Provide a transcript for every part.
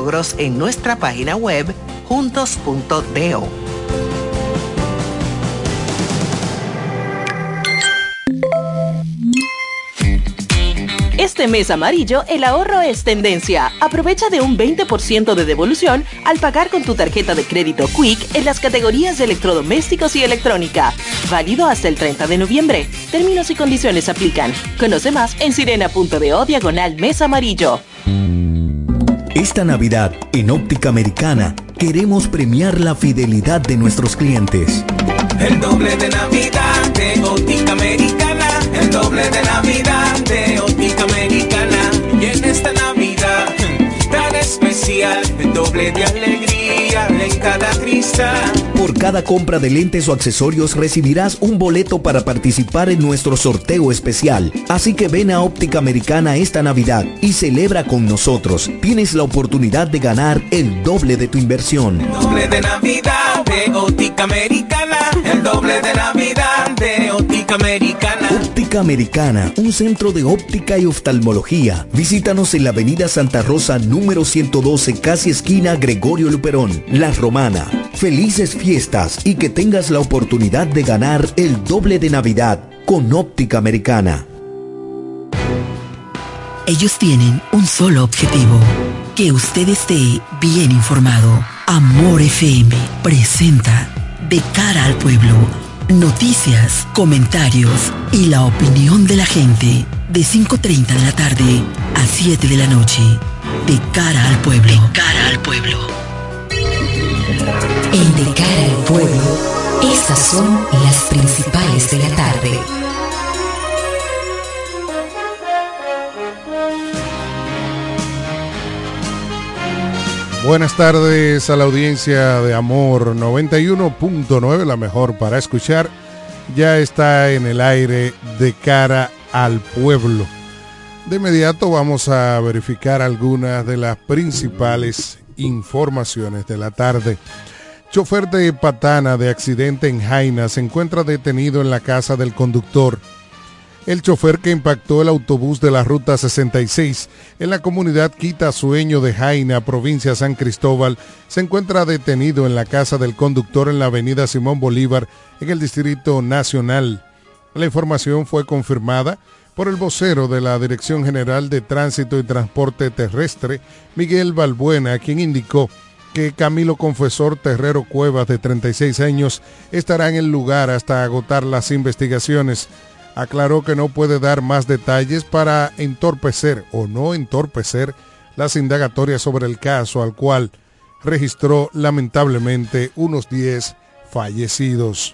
logros en nuestra página web juntos.do. Este mes amarillo, el ahorro es tendencia. Aprovecha de un 20% de devolución al pagar con tu tarjeta de crédito Quick en las categorías de electrodomésticos y electrónica. Válido hasta el 30 de noviembre. Términos y condiciones aplican. Conoce más en sirena.do/mes amarillo. Esta Navidad, en Óptica Americana, queremos premiar la fidelidad de nuestros clientes. El doble de Navidad de Óptica Americana. El doble de Navidad de Óptica Americana. Y en esta Navidad tan especial, el doble de alegría en cada cristal. Por cada compra de lentes o accesorios recibirás un boleto para participar en nuestro sorteo especial. Así que ven a Óptica Americana esta Navidad y celebra con nosotros. Tienes la oportunidad de ganar el doble de tu inversión. El doble de Navidad de Óptica Americana. El doble de Navidad de Óptica Americana. Óptica Americana, un centro de óptica y oftalmología. Visítanos en la avenida Santa Rosa número 112, casi esquina Gregorio Luperón, La Romana. Felices fiestas y que tengas la oportunidad de ganar el doble de Navidad con Óptica Americana. Ellos tienen un solo objetivo: que usted esté bien informado. Amor FM presenta De Cara al Pueblo. Noticias, comentarios y la opinión de la gente. De 5:30 de la tarde a 7 de la noche. De Cara al Pueblo. De Cara al Pueblo. En De Cara al Pueblo, estas son las principales de la tarde. Buenas tardes a la audiencia de Amor 91.9, la mejor para escuchar. Ya está en el aire De Cara al Pueblo. De inmediato vamos a verificar algunas de las principales informaciones de la tarde. Chofer de Patana de accidente en Jaina se encuentra detenido en la casa del conductor. El chofer que impactó el autobús de la Ruta 66 en la comunidad Quitasueño de Jaina, provincia San Cristóbal, se encuentra detenido en la casa del conductor en la avenida Simón Bolívar, en el Distrito Nacional. La información fue confirmada por el vocero de la Dirección General de Tránsito y Transporte Terrestre, Miguel Balbuena, quien indicó que Camilo Confesor Terrero Cuevas, de 36 años, estará en el lugar hasta agotar las investigaciones. Aclaró que no puede dar más detalles para entorpecer o no entorpecer las indagatorias sobre el caso, al cual registró lamentablemente unos 10 fallecidos.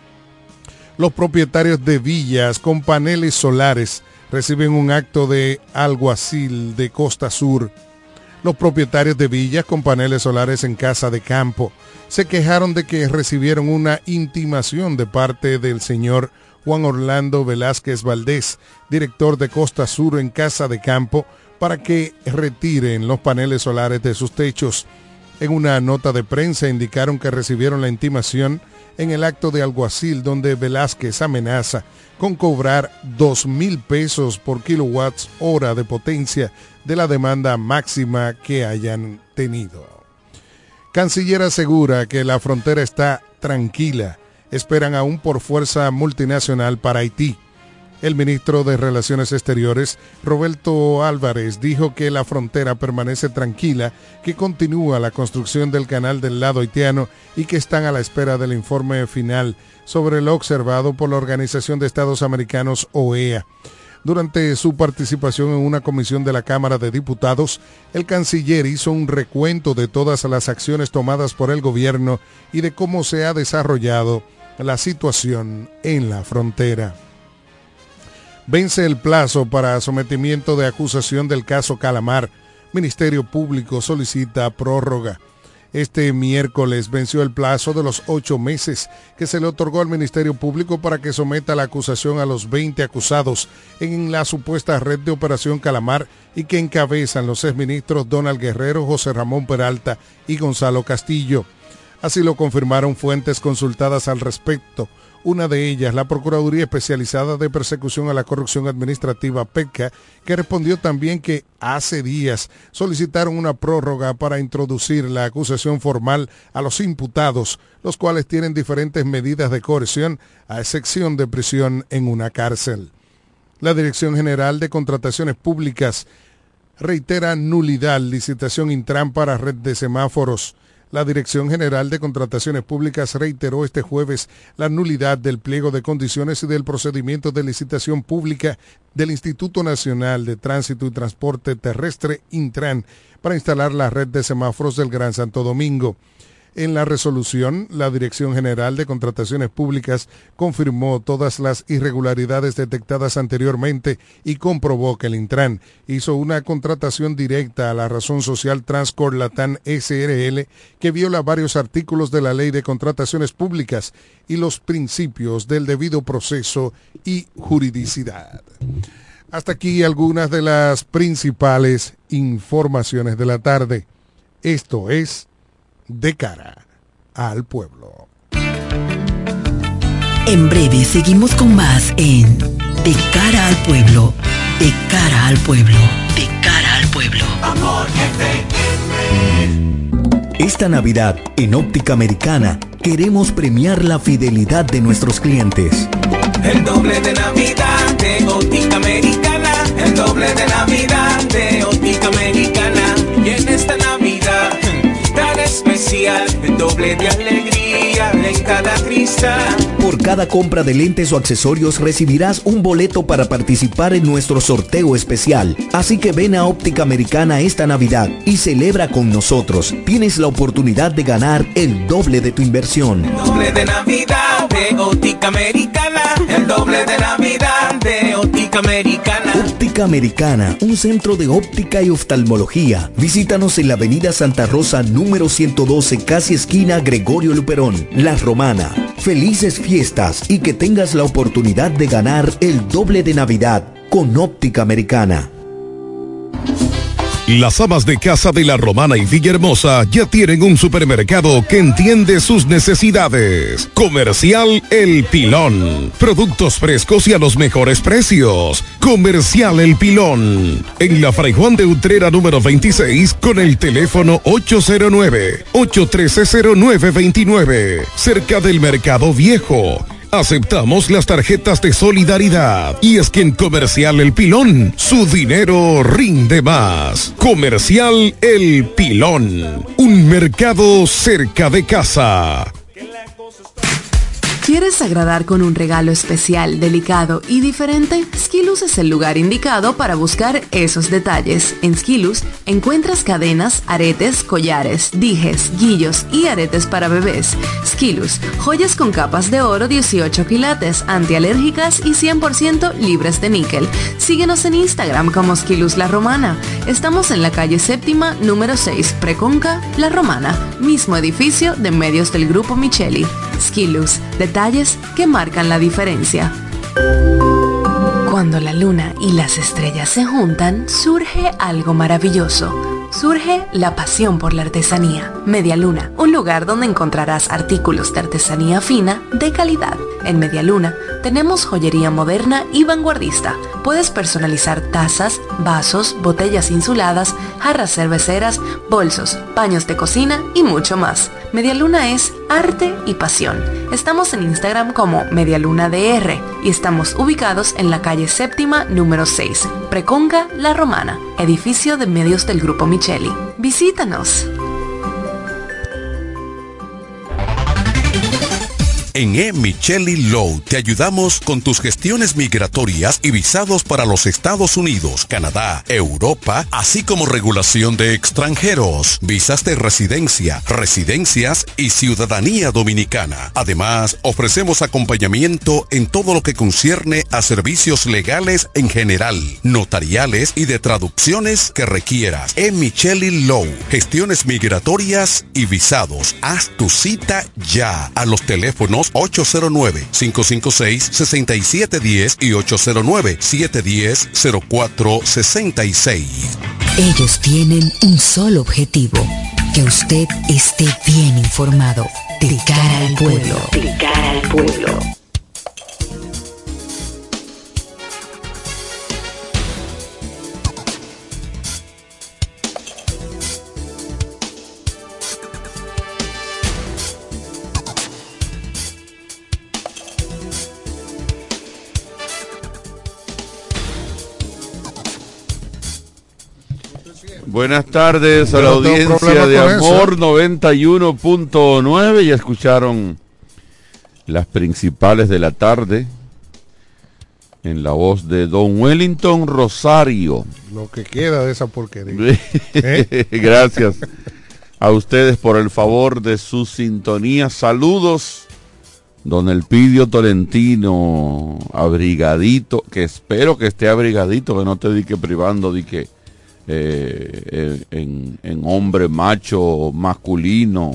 Los propietarios de villas con paneles solares reciben un acto de alguacil de Costa Sur. Los propietarios de villas con paneles solares en casa de campo se quejaron de que recibieron una intimación de parte del señor Juan Orlando Velázquez Valdés, director de Costa Sur en Casa de Campo, para que retiren los paneles solares de sus techos. En una nota de prensa indicaron que recibieron la intimación en el acto de alguacil, donde Velázquez amenaza con cobrar 2,000 pesos por kilowatts hora de potencia de la demanda máxima que hayan tenido. Canciller asegura que la frontera está tranquila. Esperan aún por fuerza multinacional para Haití. El ministro de Relaciones Exteriores, Roberto Álvarez, dijo que la frontera permanece tranquila, que continúa la construcción del canal del lado haitiano y que están a la espera del informe final sobre lo observado por la Organización de Estados Americanos, OEA. Durante su participación en una comisión de la Cámara de Diputados, el canciller hizo un recuento de todas las acciones tomadas por el gobierno y de cómo se ha desarrollado la situación en la frontera. Vence el plazo para sometimiento de acusación del caso Calamar. Ministerio Público solicita prórroga. Este miércoles venció el plazo de los 8 meses que se le otorgó al Ministerio Público para que someta la acusación a los 20 acusados en la supuesta red de Operación Calamar y que encabezan los exministros Donald Guerrero, José Ramón Peralta y Gonzalo Castillo. Así lo confirmaron fuentes consultadas al respecto. Una de ellas, la Procuraduría Especializada de Persecución a la Corrupción Administrativa, PECA, que respondió también que hace días solicitaron una prórroga para introducir la acusación formal a los imputados, los cuales tienen diferentes medidas de coerción, a excepción de prisión en una cárcel. La Dirección General de Contrataciones Públicas reitera nulidad licitación Intran para red de semáforos. La Dirección General de Contrataciones Públicas reiteró este jueves la nulidad del pliego de condiciones y del procedimiento de licitación pública del Instituto Nacional de Tránsito y Transporte Terrestre, Intran, para instalar la red de semáforos del Gran Santo Domingo. En la resolución, la Dirección General de Contrataciones Públicas confirmó todas las irregularidades detectadas anteriormente y comprobó que el Intran hizo una contratación directa a la razón social Transcor Latam SRL que viola varios artículos de la Ley de Contrataciones Públicas y los principios del debido proceso y juridicidad. Hasta aquí algunas de las principales informaciones de la tarde. Esto es De Cara al Pueblo. En breve seguimos con más en De Cara al Pueblo. De Cara al Pueblo. De Cara al Pueblo. Amor FM. Esta Navidad, en Óptica Americana, queremos premiar la fidelidad de nuestros clientes. El doble de Navidad de Óptica Americana. El doble de Navidad de Óptica Americana. Y en esta Navidad tan especial, el doble de alegría en cada cristal. Por cada compra de lentes o accesorios recibirás un boleto para participar en nuestro sorteo especial. Así que ven a Óptica Americana esta Navidad y celebra con nosotros. Tienes la oportunidad de ganar el doble de tu inversión. El doble de Navidad de Óptica Americana. El doble de Navidad de Óptica Americana. Óptica Americana, un centro de óptica y oftalmología. Visítanos en la avenida Santa Rosa número 112, casi esquina Gregorio Luperón, La Romana. Felices fiestas y que tengas la oportunidad de ganar el doble de Navidad con Óptica Americana. Las amas de casa de La Romana y Villahermosa ya tienen un supermercado que entiende sus necesidades. Comercial El Pilón. Productos frescos y a los mejores precios. Comercial El Pilón. En la Fray Juan de Utrera número 26 con el teléfono 809-813-0929. Cerca del Mercado Viejo. Aceptamos las tarjetas de solidaridad. Y es que en Comercial El Pilón, su dinero rinde más. Comercial El Pilón. Un mercado cerca de casa. ¿Quieres agradar con un regalo especial, delicado y diferente? Skilus es el lugar indicado para buscar esos detalles. En Skilus encuentras cadenas, aretes, collares, dijes, guillos y aretes para bebés. Skilus, joyas con capas de oro 18 quilates, antialérgicas y 100% libres de níquel. Síguenos en Instagram como Skilus La Romana. Estamos en la calle séptima, número 6, Preconca, La Romana, mismo edificio de medios del Grupo Micheli. Skilus, detalles que marcan la diferencia. Cuando la luna y las estrellas se juntan, surge algo maravilloso. Surge la pasión por la artesanía. Media Luna, un lugar donde encontrarás artículos de artesanía fina de calidad. En Media Luna tenemos joyería moderna y vanguardista. Puedes personalizar tazas, vasos, botellas insuladas, jarras cerveceras, bolsos, paños de cocina y mucho más. Media Luna es arte y pasión. Estamos en Instagram como MediaLunaDR y estamos ubicados en la calle séptima número 6, Preconga, La Romana, edificio de medios del Grupo Micheli. Visítanos. En Micheli Law te ayudamos con tus gestiones migratorias y visados para los Estados Unidos, Canadá, Europa, así como regulación de extranjeros, visas de residencia, residencias y ciudadanía dominicana. Además, ofrecemos acompañamiento en todo lo que concierne a servicios legales en general, notariales y de traducciones que requieras. Micheli Law, gestiones migratorias y visados. Haz tu cita ya a los teléfonos 809-556-6710 y 809-710-0466. Ellos tienen un solo objetivo, que usted esté bien informado. De cara al pueblo. De cara al pueblo. Buenas tardes a la audiencia de Amor 91.9. Ya escucharon las principales de la tarde en la voz de Don Wellington Rosario. Lo que queda de esa porquería. Gracias a ustedes por el favor de su sintonía. Saludos, Don Elpidio Tolentino, abrigadito, que espero que esté abrigadito, que no te dique privando de que en hombre macho masculino,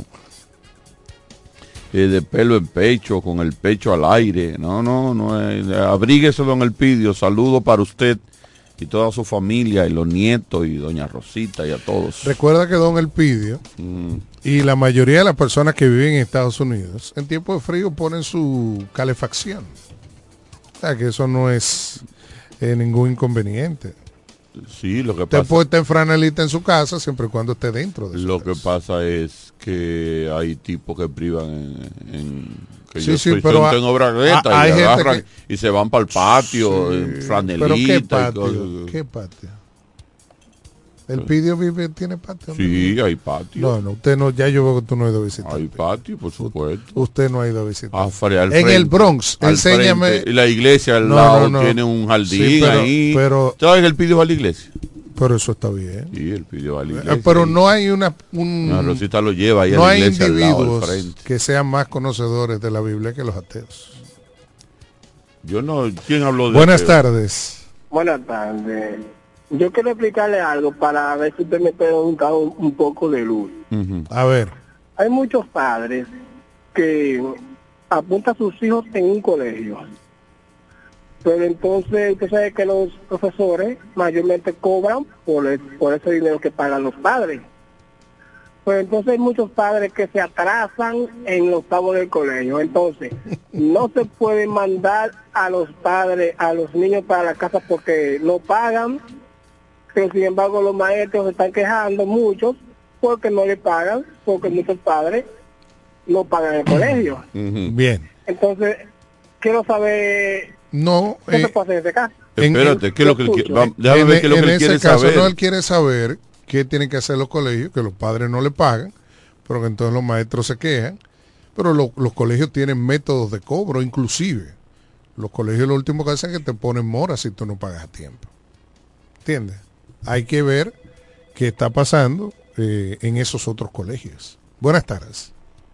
de pelo en pecho, con el pecho al aire. No, abríguese, Don Elpidio. Saludo para usted y toda su familia, y los nietos, y doña Rosita, y a todos. Recuerda que Don Elpidio y la mayoría de las personas que viven en Estados Unidos, en tiempo de frío ponen su calefacción. O sea, que eso no es ningún inconveniente. Sí, lo que usted pasa... puede estar en franelita en su casa siempre y cuando esté dentro de Lo que pasa es que hay tipos que privan que sí, yo sí, soy pero en obra greta y gente agarran y se van para el patio, sí, en franelita. ¿Pero qué patio? ¿Qué patio? ¿El Pidio tiene patio? Sí, hay patio. No, usted no, ya yo veo que tú no has ido a visitar. Hay patio, por supuesto. Usted no ha ido a visitar. En el Bronx, enséñame. Y la iglesia al lado tiene un jardín, sí, ahí. ¿Sabes que el Pidio va a la iglesia? Pero eso está bien. Sí, el Pidio va a la iglesia. Pero no hay Una Rosita lo lleva ahí no a la iglesia hay individuos al lado, al frente. Que sean más conocedores de la Biblia que los ateos. Yo no. ¿Quién habló de Buenas ateo? tardes. Buenas tardes. Yo quiero explicarle algo para ver si usted me puede dar un poco de luz. A ver. Hay muchos padres que apuntan a sus hijos en un colegio. Pero entonces usted sabe que los profesores mayormente cobran por ese dinero que pagan los padres. Pues entonces hay muchos padres que se atrasan en los pagos del colegio. Entonces, no se puede mandar a los padres, a los niños para la casa porque no pagan. Pero sin embargo los maestros se están quejando, muchos, porque no le pagan, porque muchos padres no pagan el colegio. Bien. Entonces, quiero saber qué se puede hacer en este caso. Espérate, ¿qué es lo que él quiere? Déjame ver qué es lo que él quiere saber. No, él quiere saber qué tienen que hacer los colegios, que los padres no le pagan, pero que entonces los maestros se quejan. Pero los colegios tienen métodos de cobro, inclusive. Los colegios lo último que hacen es que te ponen mora si tú no pagas a tiempo. ¿Entiendes? Hay que ver qué está pasando en esos otros colegios. Buenas tardes.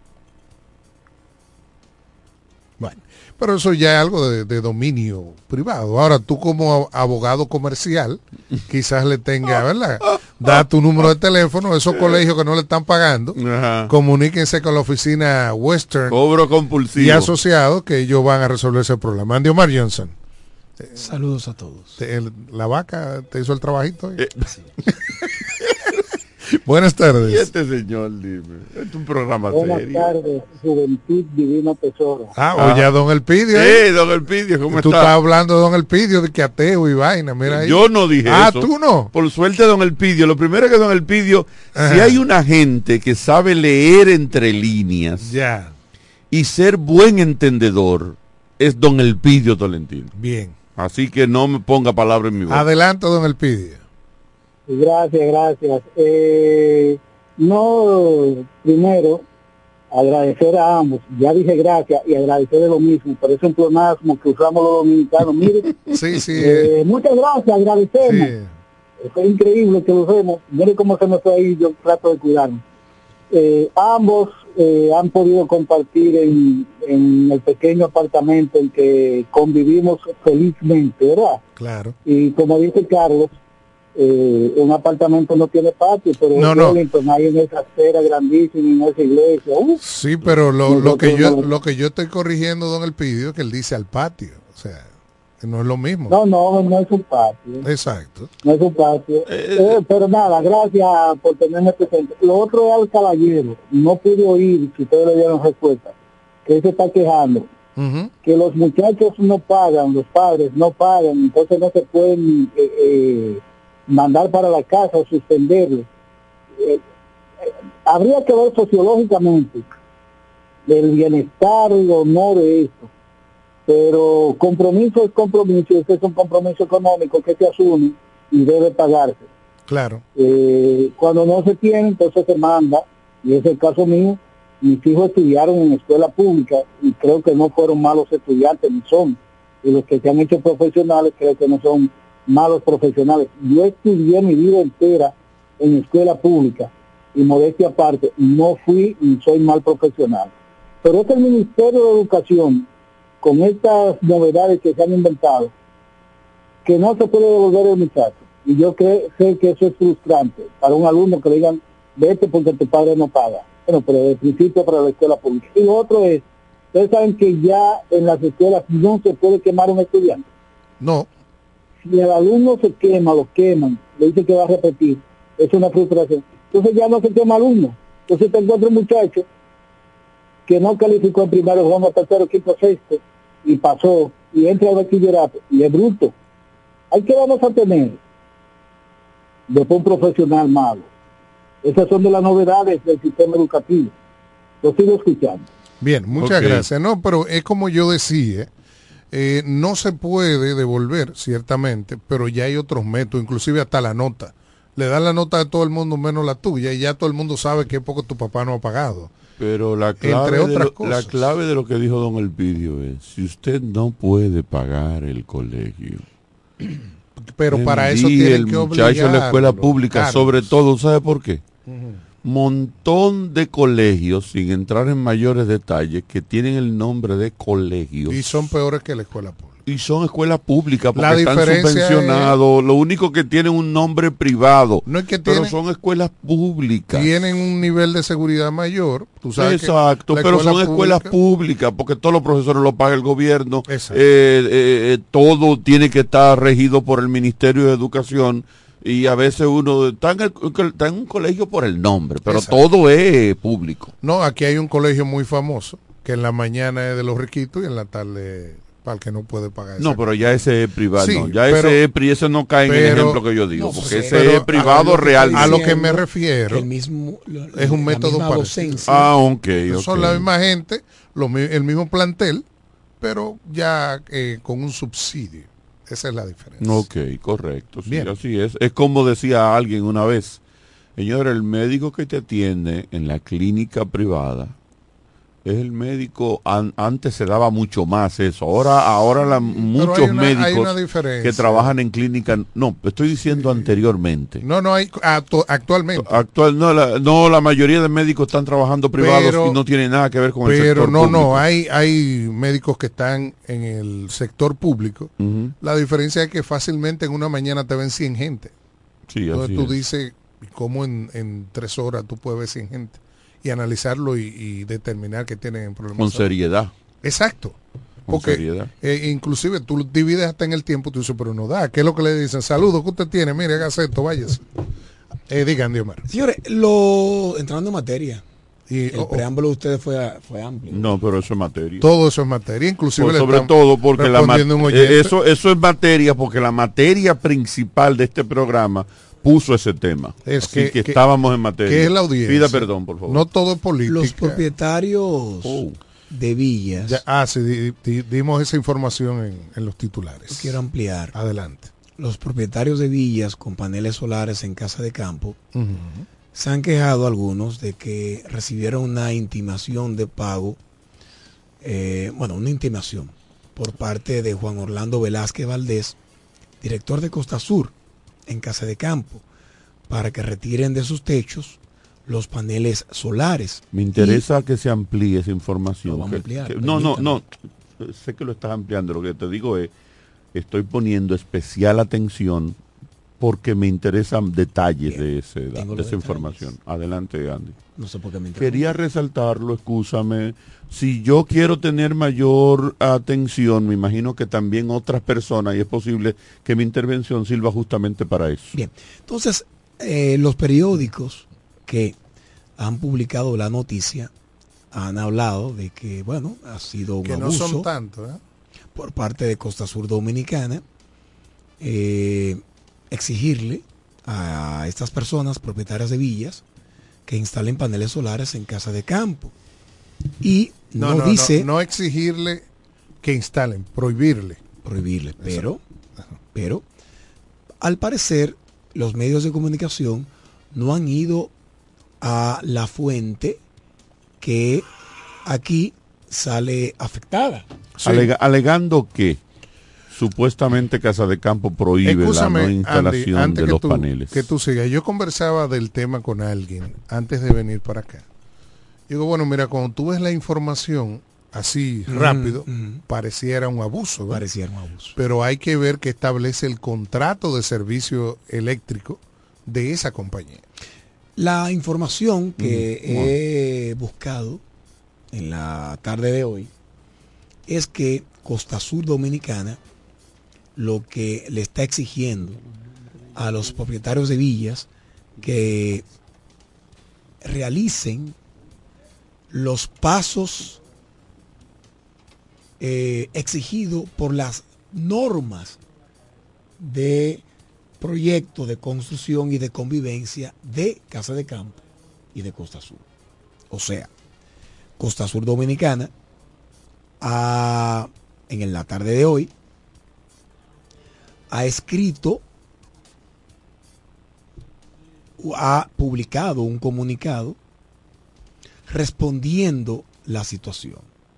Bueno, pero eso ya es algo de dominio privado. Ahora, tú como abogado comercial, quizás le tenga, ¿verdad? Da tu número de teléfono, esos colegios que no le están pagando, comuníquense con la oficina Western Cobro compulsivo y asociados, que ellos van a resolver ese problema. Andy Omar Johnson. Saludos a todos. La vaca te hizo el trabajito. Buenas tardes. Y este señor, dime, es un programa Buenas serio. Buenas tardes, Juventud Divino Tesoro. Oye, Don Elpidio. Don Elpidio, ¿cómo tú está? estás hablando de Don Elpidio, de que ateo y vaina, mira ahí. Yo no dije eso. ¿Tú no? Por suerte, Don Elpidio, lo primero que Don Elpidio, si hay una gente que sabe leer entre líneas y ser buen entendedor, es Don Elpidio Tolentino. Bien. Así que no me ponga palabra en mi boca. Adelante, Don Elpidio. Gracias. Primero, agradecer a ambos. Ya dije gracias y agradecer de lo mismo. Por eso un pleonasmo que usamos los dominicanos. Miren, muchas gracias, agradecemos. Sí. Es increíble que lo hacemos. Miren cómo se me fue ahí, yo trato de cuidarme. Ambos han podido compartir en el pequeño apartamento en que convivimos felizmente, ¿verdad? Claro. Y como dice Carlos, un apartamento no tiene patio, pero Wellington, hay en esa acera grandísima, en esa iglesia. Sí, pero lo que yo estoy corrigiendo, Don Elpidio, es que él dice al patio. O sea, que no es lo mismo. No es un patio. Exacto. No es un patio. Pero nada, gracias por tenerme presente. Lo otro es al caballero. No pude oír, si ustedes le dieron respuesta, que él se está quejando. Que los muchachos no pagan, los padres no pagan, entonces no se pueden mandar para la casa o suspenderlo. Habría que ver sociológicamente del bienestar o no de esto, pero compromiso es compromiso, este es un compromiso económico que se asume y debe pagarse. Claro. Cuando no se tiene, entonces se manda, y es el caso mío. Mis hijos estudiaron en escuela pública y creo que no fueron malos estudiantes, ni son. Y los que se han hecho profesionales creo que no son malos profesionales. Yo estudié mi vida entera en escuela pública y modestia aparte, no fui ni soy mal profesional. Pero es el Ministerio de Educación, con estas novedades que se han inventado, que no se puede devolver el muchacho. Y yo sé que eso es frustrante para un alumno que le digan, vete porque tu padre no paga. Bueno, pero de principio para la escuela pública. Y lo otro es, ustedes saben que ya en las escuelas no se puede quemar a un estudiante. No. Si el alumno se quema, lo queman, le dice que va a repetir, es una frustración. Entonces ya no se quema alumno. Entonces te encuentras un muchacho que no calificó en primario, segundo, tercero, quinto, sexto, y pasó, y entra al bachillerato, y es bruto. ¿Hay que vamos a tener? Después un profesional malo. Esas son de las novedades del sistema educativo. Lo sigo escuchando. Bien, muchas gracias. No, pero es como yo decía, no se puede devolver, ciertamente, pero ya hay otros métodos, inclusive hasta la nota. Le dan la nota de todo el mundo menos la tuya, y ya todo el mundo sabe que es porque tu papá no ha pagado. Pero la clave de lo que dijo don Elpidio es, si usted no puede pagar el colegio, pero para eso tiene que obligar el muchacho en la escuela pública, Carlos. Sobre todo, ¿sabe por qué? Montón de colegios, sin entrar en mayores detalles, que tienen el nombre de colegios. Y son peores que la escuela pública. Y son escuelas públicas porque están subvencionados. Lo único que tienen un nombre privado, no es que pero son escuelas públicas. Tienen un nivel de seguridad mayor. Tú sabes. Exacto, pero son escuelas públicas porque todos los profesores lo paga el gobierno. Todo tiene que estar regido por el Ministerio de Educación. Y a veces uno está en un colegio por el nombre, pero todo es público. No, aquí hay un colegio muy famoso, que en la mañana es de los riquitos y en la tarde para el que no puede pagar. No, pero ya ese es privado, sí, no, ya ese no cae en el ejemplo que yo digo, porque ese es privado real. A lo que me refiero, es un método parecido. Son la misma gente, el mismo plantel, pero ya con un subsidio. Esa es la diferencia. Ok, correcto. Sí, así es. Es como decía alguien una vez, señor, el médico que te atiende en la clínica privada es el médico, antes se daba mucho más eso. Ahora muchos médicos que trabajan en clínica, no, estoy diciendo anteriormente. No hay actualmente. La mayoría de médicos están trabajando privados y no tiene nada que ver con el sector público. Pero hay médicos que están en el sector público. La diferencia es que fácilmente en una mañana te ven 100 gente. Sí, entonces tú dices, ¿cómo en 3 horas tú puedes ver 100 gente? Y analizarlo y determinar que tienen problemas. Con seriedad. Exacto. Porque inclusive tú divides hasta en el tiempo, tú dices, pero no da. ¿Qué es lo que le dicen? Saludos, ¿qué usted tiene? Mire, hágase esto, váyase. Digan, Diomar. Señores, entrando en materia, el preámbulo de ustedes fue amplio. No, pero eso es materia. Todo eso es materia, inclusive sobre todo porque eso es materia, porque la materia principal de este programa puso ese tema. Es Así que estábamos en materia. ¿Qué es la audiencia? Pida perdón, por favor. No todo es política. Los propietarios de villas. Sí, dimos esa información en los titulares. Quiero ampliar. Adelante. Los propietarios de villas con paneles solares en casa de campo se han quejado algunos de que recibieron una intimación de pago, una intimación por parte de Juan Orlando Velázquez Valdés, director de Costa Sur, en casa de campo, para que retiren de sus techos los paneles solares. Me interesa que se amplíe esa información. No, sé que lo estás ampliando. Lo que te digo es, estoy poniendo especial atención porque me interesan detalles de esa información. Adelante, Andy. No sé por qué me interesa. Quería resaltarlo, escúchame. Si yo quiero tener mayor atención, me imagino que también otras personas, y es posible que mi intervención sirva justamente para eso. Bien, entonces, los periódicos que han publicado la noticia han hablado de que, ha sido un abuso. Que no son tantos, por parte de Costa Sur Dominicana, exigirle a estas personas propietarias de villas que instalen paneles solares en casa de campo. Y no exigirle que instalen, prohibirle, pero al parecer los medios de comunicación no han ido a la fuente que aquí sale afectada. Sí. Alegando que supuestamente Casa de Campo prohíbe la no instalación Andy, de los paneles. Que tú sigas. Yo conversaba del tema con alguien antes de venir para acá. Digo, bueno, mira, cuando tú ves la información así rápido, pareciera un abuso, ¿verdad? Pareciera un abuso. Pero hay que ver qué establece el contrato de servicio eléctrico de esa compañía. La información que he buscado en la tarde de hoy es que Costa Sur Dominicana lo que le está exigiendo a los propietarios de villas que realicen los pasos exigidos por las normas de proyecto de construcción y de convivencia de Casa de Campo y de Costa Sur. O sea, Costa Sur Dominicana en la tarde de hoy ha publicado un comunicado respondiendo la situación.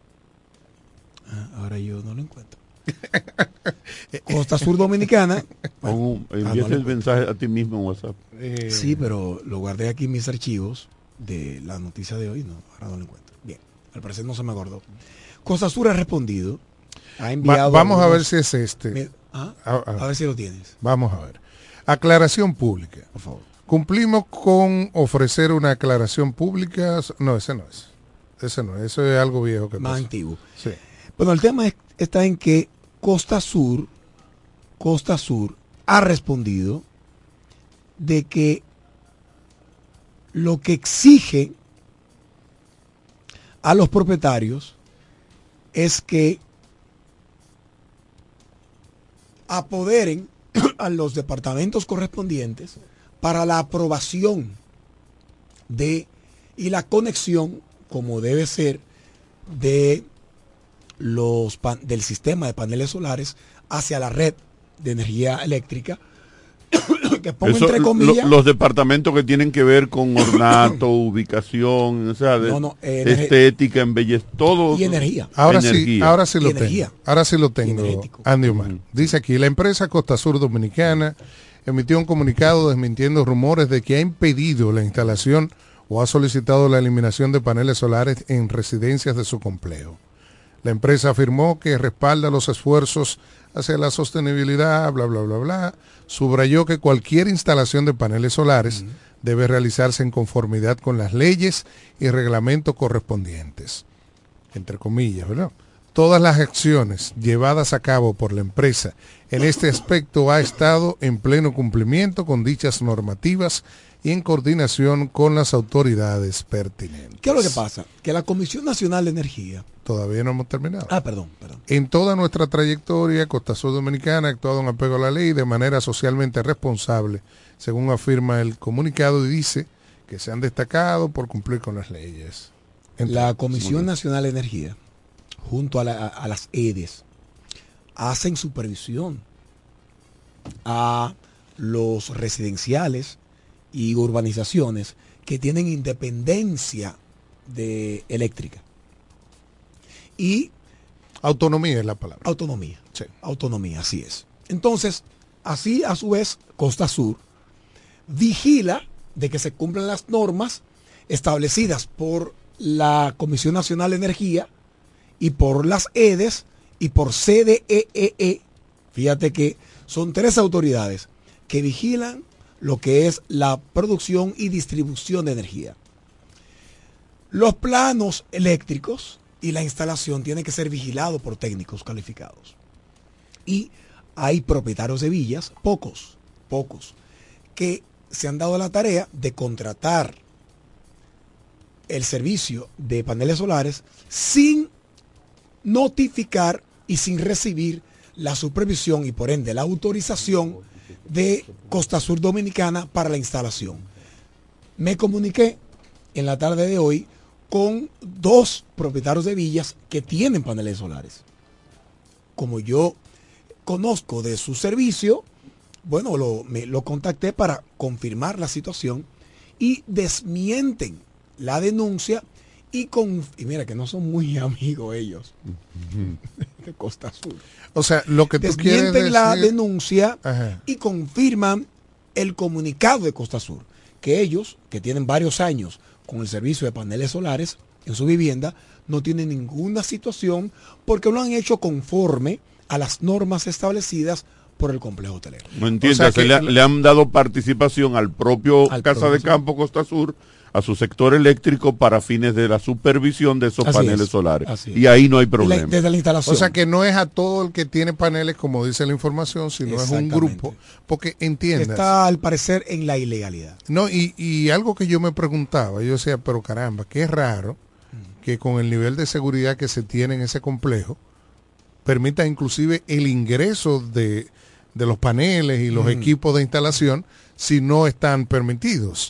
Ahora yo no lo encuentro. Costa Sur Dominicana. Envíate el mensaje a ti mismo en WhatsApp. Sí, pero lo guardé aquí en mis archivos de la noticia de hoy. No, ahora no lo encuentro. Bien, al parecer no se me acordó. Costa Sur ha respondido. Ha enviado. Vamos a ver si es este. A ver si lo tienes. Vamos a ver. Aclaración pública. Por favor. Cumplimos con ofrecer una aclaración pública. No, ese no es. Ese no es. Eso es algo viejo que más pasó. Antiguo. Sí. Bueno, el tema está en que Costa Sur ha respondido de que lo que exige a los propietarios es que apoderen a los departamentos correspondientes para la aprobación y la conexión, como debe ser, del sistema de paneles solares hacia la red de energía eléctrica, que pongo entre comillas. Los departamentos que tienen que ver con ornato, ubicación, o sea, estética, embellez, todo. Y energía. Ahora sí lo tengo. Ahora sí lo tengo, Andy Omar. Dice aquí, la empresa Costa Sur Dominicana emitió un comunicado desmintiendo rumores de que ha impedido la instalación o ha solicitado la eliminación de paneles solares en residencias de su complejo. La empresa afirmó que respalda los esfuerzos hacia la sostenibilidad, bla, bla, bla, bla. Subrayó que cualquier instalación de paneles solares debe realizarse en conformidad con las leyes y reglamentos correspondientes. Entre comillas, ¿verdad? Todas las acciones llevadas a cabo por la empresa en este aspecto ha estado en pleno cumplimiento con dichas normativas y en coordinación con las autoridades pertinentes. ¿Qué es lo que pasa? Que la Comisión Nacional de Energía... Todavía no hemos terminado. Perdón. En toda nuestra trayectoria, Costa Sur Dominicana ha actuado en apego a la ley de manera socialmente responsable, según afirma el comunicado, y dice que se han destacado por cumplir con las leyes. La Comisión Nacional de Energía, junto a las EDES, hacen supervisión a los residenciales y urbanizaciones que tienen independencia eléctrica. Y autonomía es la palabra. Autonomía. Sí. Autonomía, así es. Entonces, así a su vez, Costa Sur vigila de que se cumplan las normas establecidas por la Comisión Nacional de Energía y por las EDES y por CDEE. Fíjate que son 3 autoridades que vigilan lo que es la producción y distribución de energía. Los planos eléctricos y la instalación tienen que ser vigilados por técnicos calificados. Y hay propietarios de villas, pocos, que se han dado la tarea de contratar el servicio de paneles solares sin notificar y sin recibir la supervisión y por ende la autorización de Costa Sur Dominicana para la instalación. Me comuniqué en la tarde de hoy con 2 propietarios de villas que tienen paneles solares. Como yo conozco de su servicio, bueno, lo contacté para confirmar la situación y desmienten la denuncia y mira que no son muy amigos ellos de Costa Sur. O sea, lo que tú quieres desmienten la decir... denuncia Ajá. y confirman el comunicado de Costa Sur, que ellos, que tienen varios años con el servicio de paneles solares en su vivienda, no tienen ninguna situación porque lo han hecho conforme a las normas establecidas por el complejo hotelero. No entiendes, o sea, le han dado participación al propio Casa de Campo Costa Sur, a su sector eléctrico para fines de la supervisión de esos paneles solares. Y ahí no hay problema. Desde la instalación. O sea que no es a todo el que tiene paneles, como dice la información, sino es un grupo. Porque entiendas. Está al parecer en la ilegalidad. No, y algo que yo me preguntaba, yo decía, pero caramba, qué raro que con el nivel de seguridad que se tiene en ese complejo, permita inclusive el ingreso de los paneles y los equipos de instalación si no están permitidos.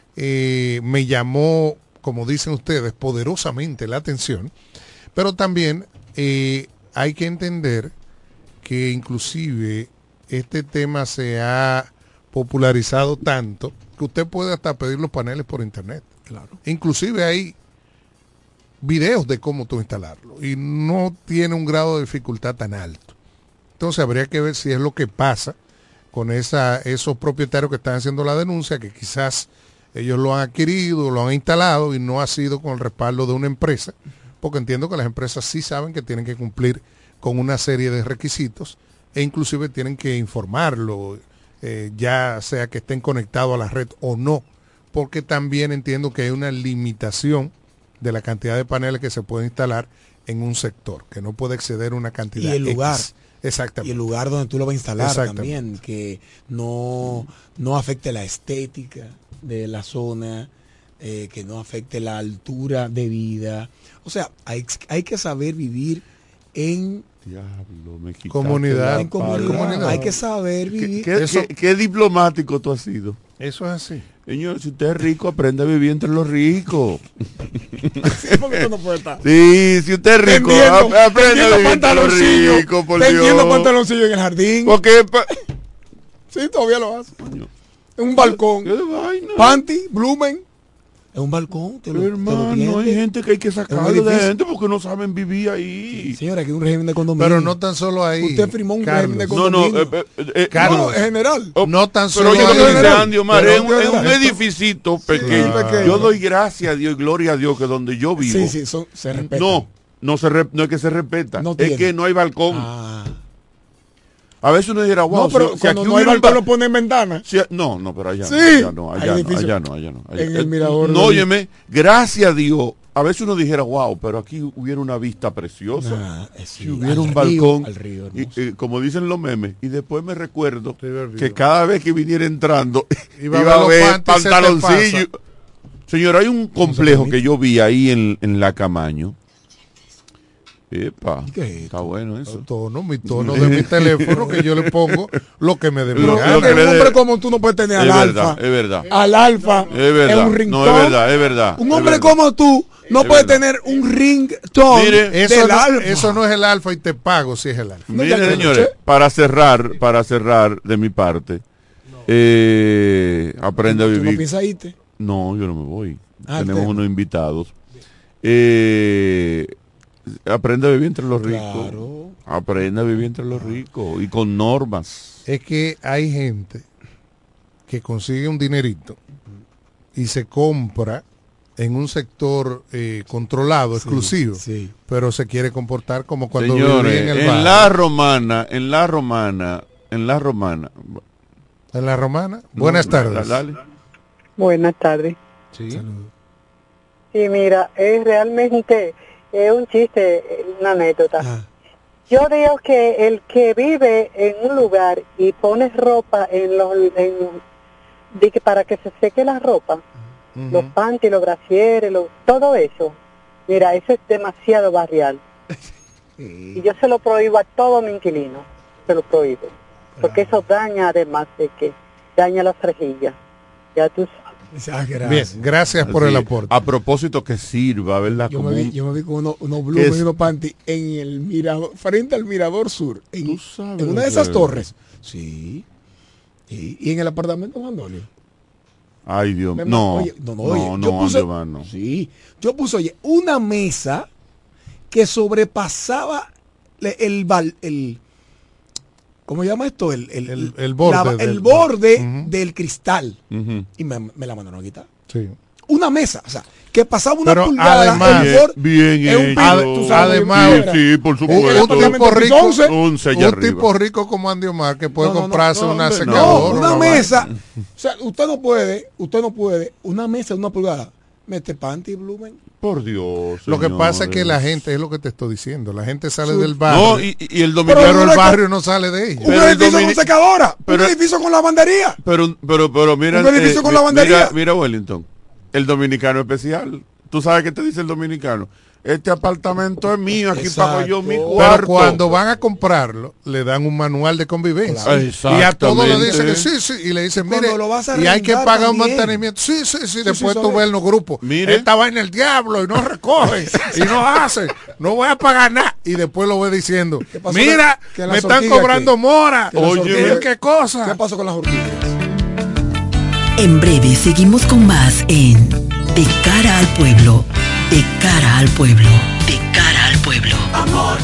Me llamó, como dicen ustedes, poderosamente la atención, pero también hay que entender que inclusive este tema se ha popularizado tanto que usted puede hasta pedir los paneles por internet. Claro. Inclusive hay videos de cómo tú instalarlo y no tiene un grado de dificultad tan alto. Entonces habría que ver si es lo que pasa con esos propietarios que están haciendo la denuncia, que quizás ellos lo han adquirido, lo han instalado y no ha sido con el respaldo de una empresa, porque entiendo que las empresas sí saben que tienen que cumplir con una serie de requisitos e inclusive tienen que informarlo, ya sea que estén conectados a la red o no, porque también entiendo que hay una limitación de la cantidad de paneles que se puede instalar en un sector, que no puede exceder una cantidad. Y el lugar. X. Exactamente. Y el lugar donde tú lo vas a instalar también, que no afecte la estética de la zona, que no afecte la altura de vida. O sea, hay que saber vivir en comunidad. Hay que saber vivir. ¿Qué diplomático tú has sido? Eso es así. Señor, si usted es rico, aprende a vivir entre los ricos. Sí, porque no puede estar. Sí, si usted es rico, aprende a vivir entre los ricos, por Dios. Tendiendo pantaloncillo en el jardín. Porque... sí, todavía lo hace. En un balcón. Panty, Blumen. Es un balcón. Hermano, hay gente que hay que sacarlo de gente porque no saben vivir ahí. Señora, aquí hay un régimen de condominio. Pero no tan solo ahí. Usted firmó un régimen de condominio. Carlos. No, en general. No tan solo ahí. Pero yo general. Andy Omar, es un edificito pequeño. Yo doy gracias a Dios y gloria a Dios que donde yo vivo. Sí, se respeta. No es que se respeta. Es que no hay balcón. A veces uno dirá, wow, no, pero cuando no hay balcón lo pone en ventana. No, pero allá no. Allá no. En el mirador. No, óyeme, gracias a Dios. A veces uno dijera, wow, pero aquí hubiera una vista preciosa. Si hubiera un balcón. Al río, y como dicen los memes. Y después me recuerdo que cada vez que viniera entrando, iba a ver pantaloncillo. Señor, hay un complejo que yo vi ahí en La Camaño. Epa, está bueno eso. Mi tono de mi teléfono que yo le pongo lo que me dé mi gana. Un hombre como tú no puedes tener al alfa. Es verdad. Al alfa. Es verdad. Es un ringtone. No, es verdad. Un hombre como tú no puede tener un ringtone. Mire, eso no es el alfa y te pago si es el alfa. Mire, señores, para cerrar de mi parte, aprende a vivir. ¿Tú no piensas irte? No, yo no me voy. Tenemos unos invitados. Aprende a vivir entre los ricos. Claro. Aprende a vivir entre los ricos y con normas. Es que hay gente que consigue un dinerito y se compra en un sector controlado, exclusivo, pero se quiere comportar como cuando Señores, vivía en el barrio. En la romana. Buenas tardes. Dale. Buenas tardes. Sí. Saludos. Sí, mira, es realmente un chiste, una anécdota. Yo digo que el que vive en un lugar y pone ropa para que se seque la ropa, los panties, los brasieres, todo eso, mira, eso es demasiado barrial. Y yo se lo prohíbo a todos mis inquilinos, se lo prohíbo, porque eso daña, además de que daña las rejillas. Ya tú sabes. Bien, gracias por el aporte. A propósito que sirva, ¿verdad? Yo me vi con unos blues y unos panty en el mirador, frente al Mirador Sur, en una de esas torres. Sí. Y en el apartamento de Andolio. Ay, Dios mío. No. Sí, yo puse, oye, una mesa que sobrepasaba el ¿cómo se llama esto? El borde del cristal. Y me la mandaron a quitar. Sí. Una mesa, o sea, que pasaba una pulgada. Además, sí, por supuesto. Un tipo rico como Andy Omar que puede comprarse una secadora. Una mesa. O sea, usted no puede, una mesa de una pulgada. Mete panty, Blumen. Por Dios. Lo que pasa es que la gente, es lo que te estoy diciendo, la gente sale del barrio. No, y el dominicano. Pero el barrio no sale de ella. Un edificio con secadora, un edificio con lavandería. Pero mira. Un edificio con lavandería. Mira, Wellington. El dominicano especial. ¿Tú sabes qué te dice el dominicano? Este apartamento es mío, aquí pago yo mi cuarto. Pero cuando van a comprarlo, le dan un manual de convivencia. Claro. Y a todos le dicen que sí. Y le dicen, mire, y hay que pagar un mantenimiento. Sí. Después tú ves en los grupos. Mire. Esta va en el diablo y no recoge y no hace. No voy a pagar nada. Y después lo ve diciendo, mira, me están cobrando mora. Oye, ¿qué cosa? ¿Qué pasó con las orquídeas? En breve seguimos con más en De Cara al Pueblo. De cara al pueblo. De cara al pueblo. Amor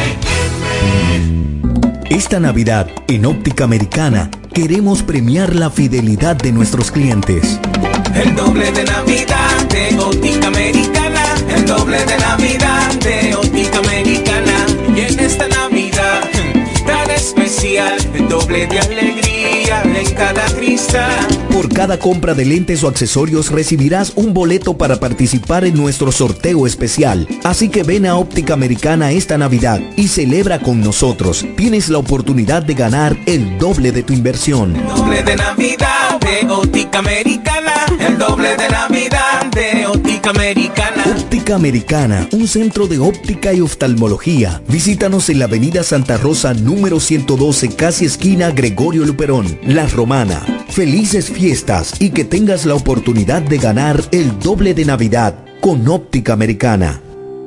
FM. Esta Navidad, en Óptica Americana, queremos premiar la fidelidad de nuestros clientes. El doble de Navidad de Óptica Americana. El doble de Navidad de Óptica Americana. Y en esta Navidad tan especial, el doble de alegría en cada cristal. Por cada compra de lentes o accesorios recibirás un boleto para participar en nuestro sorteo especial. Así que ven a Óptica Americana esta Navidad y celebra con nosotros. Tienes la oportunidad de ganar el doble de tu inversión. El doble de Navidad de Óptica Americana. El doble de Navidad de Óptica Americana. Óptica Americana, un centro de óptica y oftalmología. Visítanos en la avenida Santa Rosa número 112, casi esquina Gregorio Luperón, La Romana. Felices fiestas y que tengas la oportunidad de ganar el doble de Navidad con Óptica Americana.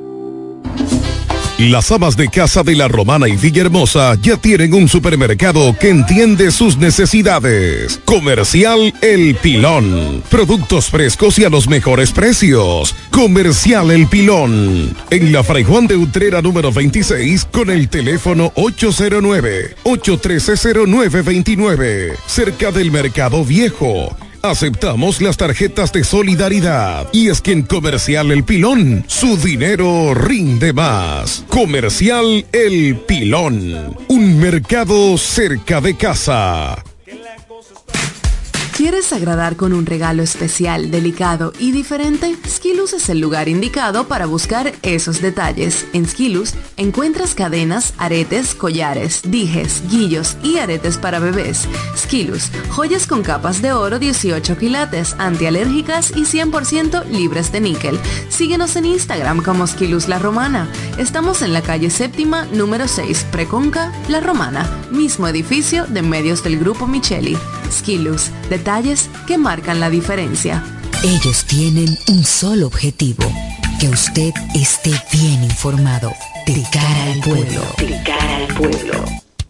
Las amas de casa de La Romana y Villahermosa ya tienen un supermercado que entiende sus necesidades. Comercial El Pilón. Productos frescos y a los mejores precios. Comercial El Pilón. En la Fray Juan de Utrera número 26 con el teléfono 809-813-0929. Cerca del Mercado Viejo. Aceptamos las tarjetas de solidaridad. Y es que en Comercial El Pilón, su dinero rinde más. Comercial El Pilón. Un mercado cerca de casa. ¿Quieres agradar con un regalo especial, delicado y diferente? Skilus es el lugar indicado para buscar esos detalles. En Skilus encuentras cadenas, aretes, collares, dijes, guillos y aretes para bebés. Skilus, joyas con capas de oro 18 quilates, antialérgicas y 100% libres de níquel. Síguenos en Instagram como Skilus La Romana. Estamos en la calle séptima, número 6, Preconca, La Romana, mismo edificio de medios del Grupo Micheli. Skilus, detalles que marcan la diferencia. Ellos tienen un solo objetivo, que usted esté bien informado. De cara al pueblo. De cara al pueblo.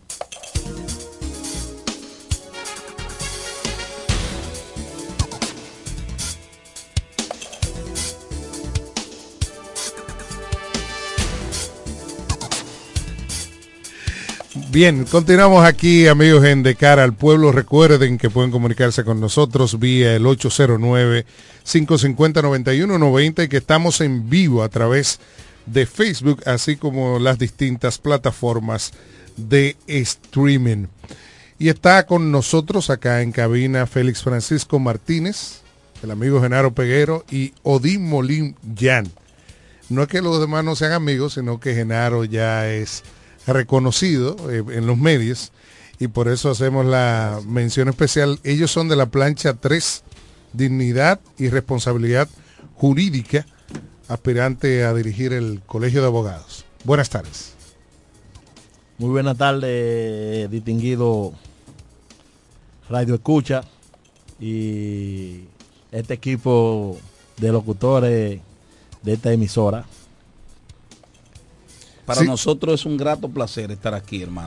Bien, continuamos aquí, amigos, en De Cara al Pueblo. Recuerden que pueden comunicarse con nosotros vía el 809-550-9190 y que estamos en vivo a través de Facebook, así como las distintas plataformas de streaming. Y está con nosotros acá en cabina Félix Francisco Martínez, el amigo Genaro Peguero y Odín Molín Jan. No es que los demás no sean amigos, sino que Genaro ya es reconocido en los medios y por eso hacemos la mención especial. Ellos son de la plancha 3, Dignidad y Responsabilidad Jurídica, aspirante a dirigir el Colegio de Abogados. Buenas tardes. Muy buenas tardes, distinguido Radio Escucha y este equipo de locutores de esta emisora. Para nosotros es un grato placer estar aquí, hermano.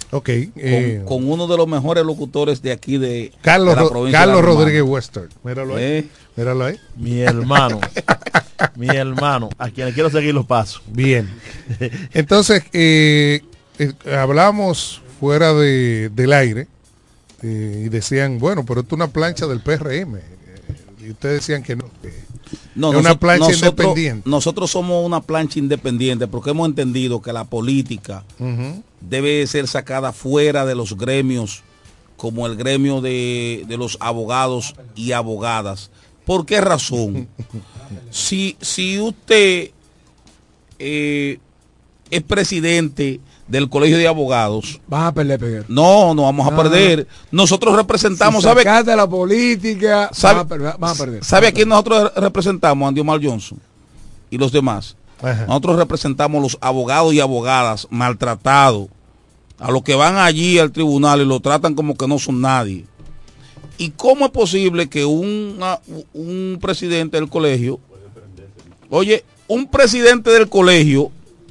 con uno de los mejores locutores de aquí de Carlos, de la provincia Carlos de la Rodríguez Western. Míralo ahí. Míralo ahí. Mi hermano. Mi hermano, a quien le quiero seguir los pasos. Bien. Entonces, hablamos fuera del aire y decían, bueno, pero esto es una plancha del PRM. Y ustedes decían que no. No, es una plancha independiente. Nosotros somos una plancha independiente porque hemos entendido que la política debe ser sacada fuera de los gremios, como el gremio de los abogados y abogadas. ¿Por qué razón? Si usted es presidente del Colegio de Abogados, vas a perder, Peguero. No vamos a perder. Nosotros representamos, si sacaste la política, vas a perder. ¿Sabe a quién nosotros representamos? Andy Omar Johnson y los demás. Ajá. Nosotros representamos los abogados y abogadas maltratados, a los que van allí al tribunal y lo tratan como que no son nadie. ¿Y cómo es posible que un presidente del colegio, un presidente del colegio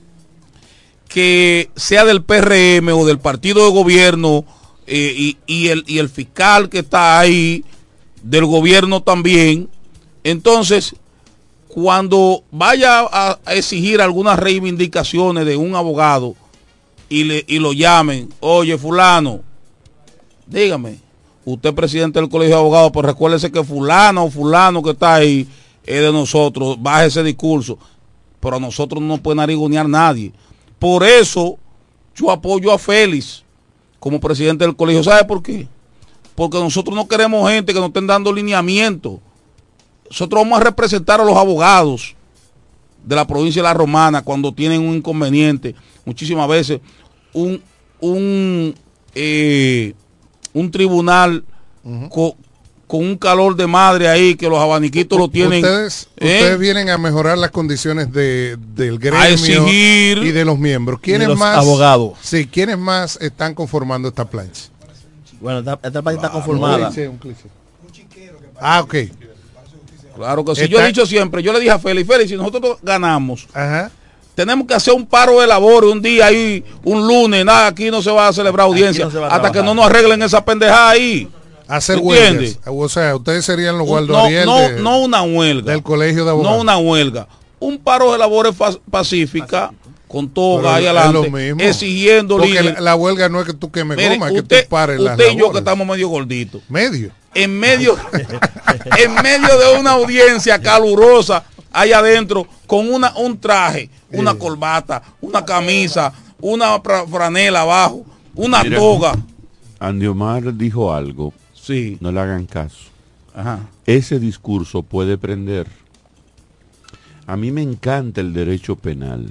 que sea del PRM o del partido de gobierno y el fiscal que está ahí del gobierno también, entonces cuando vaya a exigir algunas reivindicaciones de un abogado y lo llamen, oye fulano, dígame, usted es presidente del colegio de abogados, pues recuérdese que fulano o fulano que está ahí es de nosotros, baje ese discurso, pero a nosotros no nos puede narigonear nadie. Por eso yo apoyo a Félix como presidente del colegio. ¿Sabe por qué? Porque nosotros no queremos gente que nos estén dando lineamiento. Nosotros vamos a representar a los abogados de la provincia de La Romana cuando tienen un inconveniente. Muchísimas veces un tribunal con un calor de madre ahí, que los abaniquitos lo tienen. Ustedes vienen a mejorar las condiciones del gremio a exigir, y de los miembros. ¿Quiénes más abogados? Sí, ¿quiénes más están conformando esta plancha? Bueno, esta plancha está conformada. Ok. Claro que sí. Yo he dicho siempre, yo le dije a Félix, si nosotros ganamos, tenemos que hacer un paro de labor un día ahí, un lunes, nada, aquí no se va a celebrar audiencia, hasta que no nos arreglen esa pendejada ahí. Hacer huelgas. O sea, ustedes serían los guardarías no una huelga del colegio de abogados. No una huelga. Un paro de labores pacífica con toga ahí adelante, exigiendo. Porque la huelga no es que tú quemes goma, es que tú pares las labores. Usted y yo que estamos medio gorditos. En medio de una audiencia calurosa allá adentro, con un traje, una corbata, una camisa, una franela abajo, una toga. Andy Omar dijo algo. Sí. No le hagan caso. Ajá. Ese discurso puede prender. A mí me encanta el derecho penal.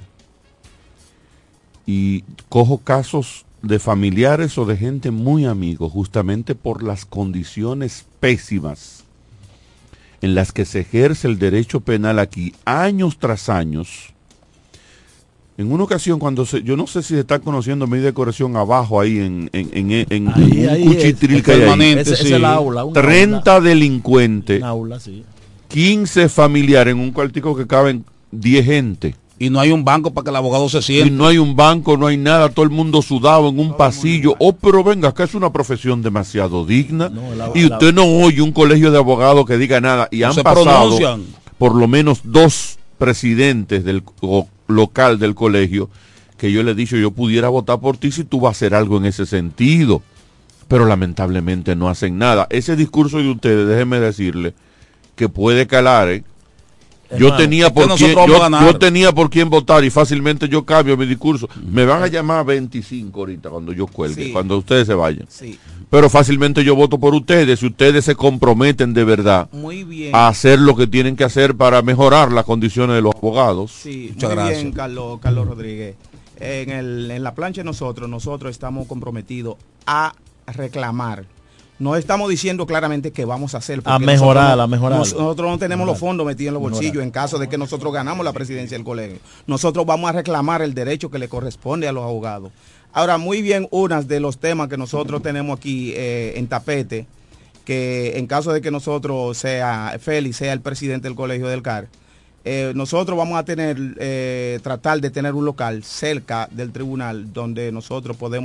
Y cojo casos de familiares o de gente muy amigos, justamente por las condiciones pésimas en las que se ejerce el derecho penal aquí, años tras años. En una ocasión, cuando yo no sé si se está conociendo mi decoración abajo ahí en un cuchitril que hay ahí. Es el aula, 30 delincuentes, aula, sí. 15 familiares en un cuartico que caben 10 gente. Y no hay un banco para que el abogado se siente. Y no hay un banco, no hay nada, todo el mundo sudado en un pasillo. Pero venga, acá es una profesión demasiado digna. Y usted no oye un colegio de abogados que diga nada. Y han pasado por lo menos 2 presidentes del local del colegio que yo le he dicho, yo pudiera votar por ti si tú vas a hacer algo en ese sentido, pero lamentablemente no hacen nada. Ese discurso de ustedes, déjenme decirle que puede calar, yo tenía por quién votar y fácilmente yo cambio mi discurso. Me van a llamar 25 ahorita cuando yo cuelgue, cuando ustedes se vayan. Pero fácilmente yo voto por ustedes si ustedes se comprometen de verdad a hacer lo que tienen que hacer para mejorar las condiciones de los abogados. Sí, muchas gracias. Bien, Carlos Rodríguez. En la plancha nosotros estamos comprometidos a reclamar. No estamos diciendo claramente que vamos a hacer. A mejorar. Nosotros no tenemos los fondos metidos en los bolsillos en caso de que nosotros ganamos la presidencia del colegio. Nosotros vamos a reclamar el derecho que le corresponde a los abogados. Ahora, muy bien, uno de los temas que nosotros tenemos aquí en tapete, que en caso de que nosotros Félix sea el presidente del colegio del CAR, nosotros vamos a tratar de tener un local cerca del tribunal donde nosotros podemos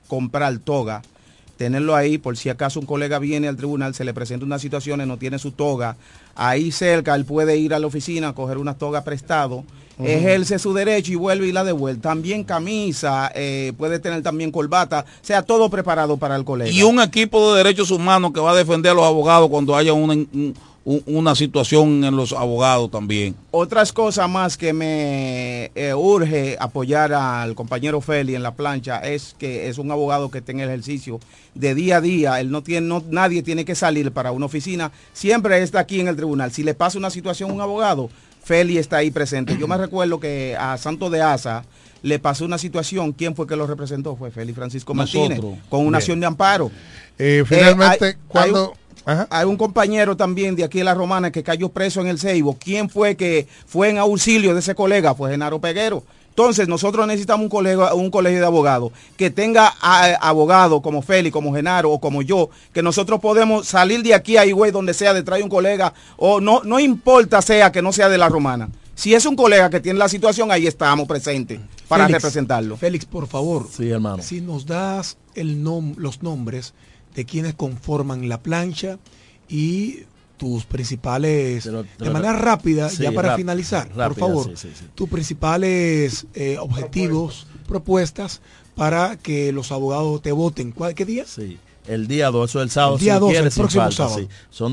comprar toga, tenerlo ahí por si acaso un colega viene al tribunal, se le presenta una situación y no tiene su toga, ahí cerca él puede ir a la oficina, coger una toga prestado, ejerce su derecho y vuelve y la devuelve. También camisa, puede tener también corbata, sea todo preparado para el colega. Y un equipo de derechos humanos que va a defender a los abogados cuando haya una situación en los abogados también. Otras cosas más que me urge apoyar al compañero Feli en la plancha es que es un abogado que está en ejercicio de día a día. Él nadie tiene que salir para una oficina, siempre está aquí en el tribunal. Si le pasa una situación a un abogado, Feli está ahí presente. Yo me recuerdo que a Santo de Asa le pasó una situación. ¿Quién fue que lo representó? Fue Feli Francisco Martínez, con una acción de amparo. Finalmente, cuando... Hay un compañero también de aquí de La Romana que cayó preso en el Ceibo. ¿Quién fue que fue en auxilio de ese colega? Fue Genaro Peguero. Entonces nosotros necesitamos un colegio de abogados que tenga abogados como Félix, como Genaro o como yo, que nosotros podemos salir de aquí a Higüey, donde sea, detrás de un colega, o no importa sea que no sea de La Romana. Si es un colega que tiene la situación, ahí estamos presentes para representarlo. Félix, por favor, sí, hermano, si nos das los nombres de quienes conforman la plancha y tus principales, de manera rápida, sí, ya para finalizar, rápida, por favor, sí. Tus principales objetivos, propuestas para que los abogados te voten. ¿Qué día? Sí, el día 2, eso es el sábado. El día 2, el próximo falta, sábado. Sí. Son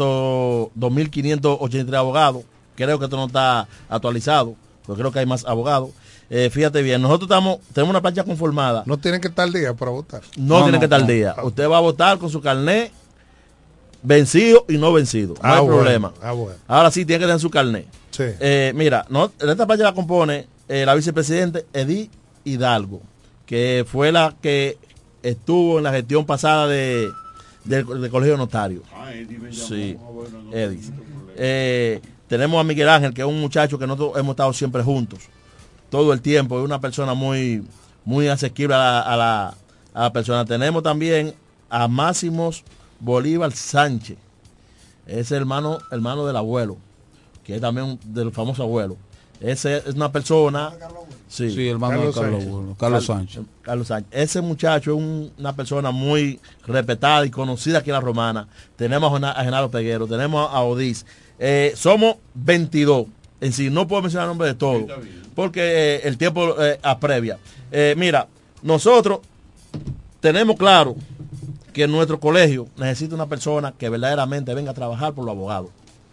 2.583 abogados. Creo que esto no está actualizado, pero creo que hay más abogados. Fíjate bien, nosotros tenemos una plancha conformada. No tienen que estar al día para votar. No tienen que estar al día. Usted va a votar con su carnet vencido y no vencido. No hay problema. Bueno. Ahora sí tiene que tener su carnet. Sí. Mira, esta plancha la compone la vicepresidente Edith Hidalgo, que fue la que estuvo en la gestión pasada del Colegio de Notarios. Sí, Edith. Tenemos a Miguel Ángel, que es un muchacho que nosotros hemos estado siempre juntos todo el tiempo, es una persona muy asequible a la persona. Tenemos también a Máximos Bolívar Sánchez, es hermano del abuelo, que es también del famoso abuelo. Ese es una persona, sí, hermano de Carlos Sánchez. Carlos Sánchez. Ese muchacho es una persona muy respetada y conocida aquí en La Romana. Tenemos a Genaro Peguero, tenemos a Odís. Somos 22. En sí, no puedo mencionar el nombre de todos, porque el tiempo aprevia. Mira, nosotros tenemos claro que nuestro colegio necesita una persona que verdaderamente venga a trabajar por los abogados.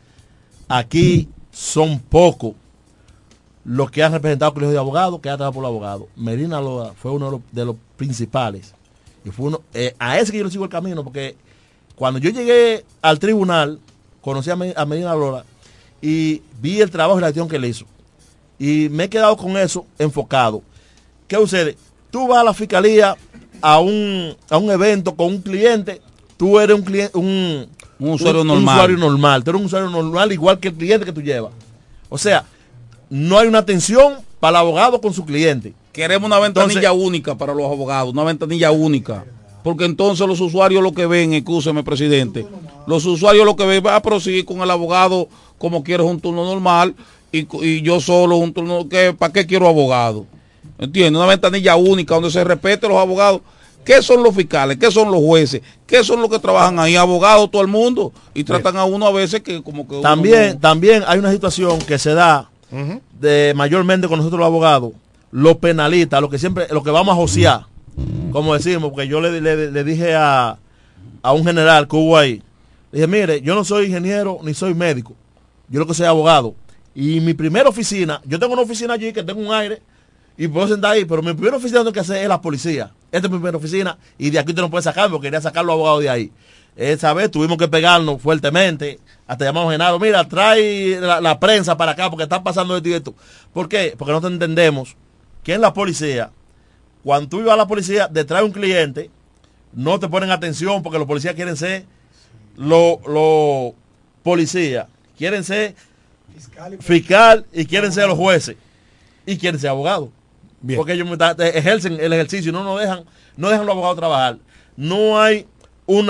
Aquí son pocos los que han representado el colegio de abogados, que han trabajado por los abogados. Medina Lora fue uno de los principales. Y fue a ese que yo le sigo el camino, porque cuando yo llegué al tribunal, conocí a Medina Lora, y vi el trabajo y la gestión que él hizo. Y me he quedado con eso enfocado. ¿Qué sucede? Tú vas a la fiscalía a un evento con un cliente, tú eres un usuario normal. Tú eres un usuario normal igual que el cliente que tú llevas. O sea, no hay una atención para el abogado con su cliente. Queremos una ventanilla única para los abogados, una ventanilla única. Porque entonces los usuarios lo que ven, excúseme, presidente, los usuarios lo que ven, va a proseguir con el abogado como quieres un turno normal y yo solo un turno, ¿para qué quiero abogado? ¿Entiendes? Una ventanilla única donde se respete los abogados. ¿Qué son los fiscales? ¿Qué son los jueces? ¿Qué son los que trabajan ahí? Abogados, todo el mundo. Y tratan a uno a veces que como que... También hay una situación que se da mayormente con nosotros los abogados, los penalistas, lo que vamos a josear, como decimos, porque yo le dije a un general que hubo ahí, le dije, mire, yo no soy ingeniero ni soy médico, yo lo que soy abogado. Y mi primera oficina, yo tengo una oficina allí que tengo un aire y puedo sentar ahí, pero mi primera oficina que tengo que hacer es la policía. Esta es mi primera oficina y de aquí usted no puede sacarme porque quería sacar los abogados de ahí. Esa vez tuvimos que pegarnos fuertemente, hasta llamamos a Genaro, mira, trae la prensa para acá porque está pasando esto y esto. ¿Por qué? Porque nosotros entendemos que en la policía, cuando tú ibas a la policía detrás de un cliente, no te ponen atención porque los policías quieren ser los policías, quieren ser fiscal y quieren ser los jueces y quieren ser abogados. Bien. Porque ellos ejercen el ejercicio y no dejan los abogados trabajar. No hay un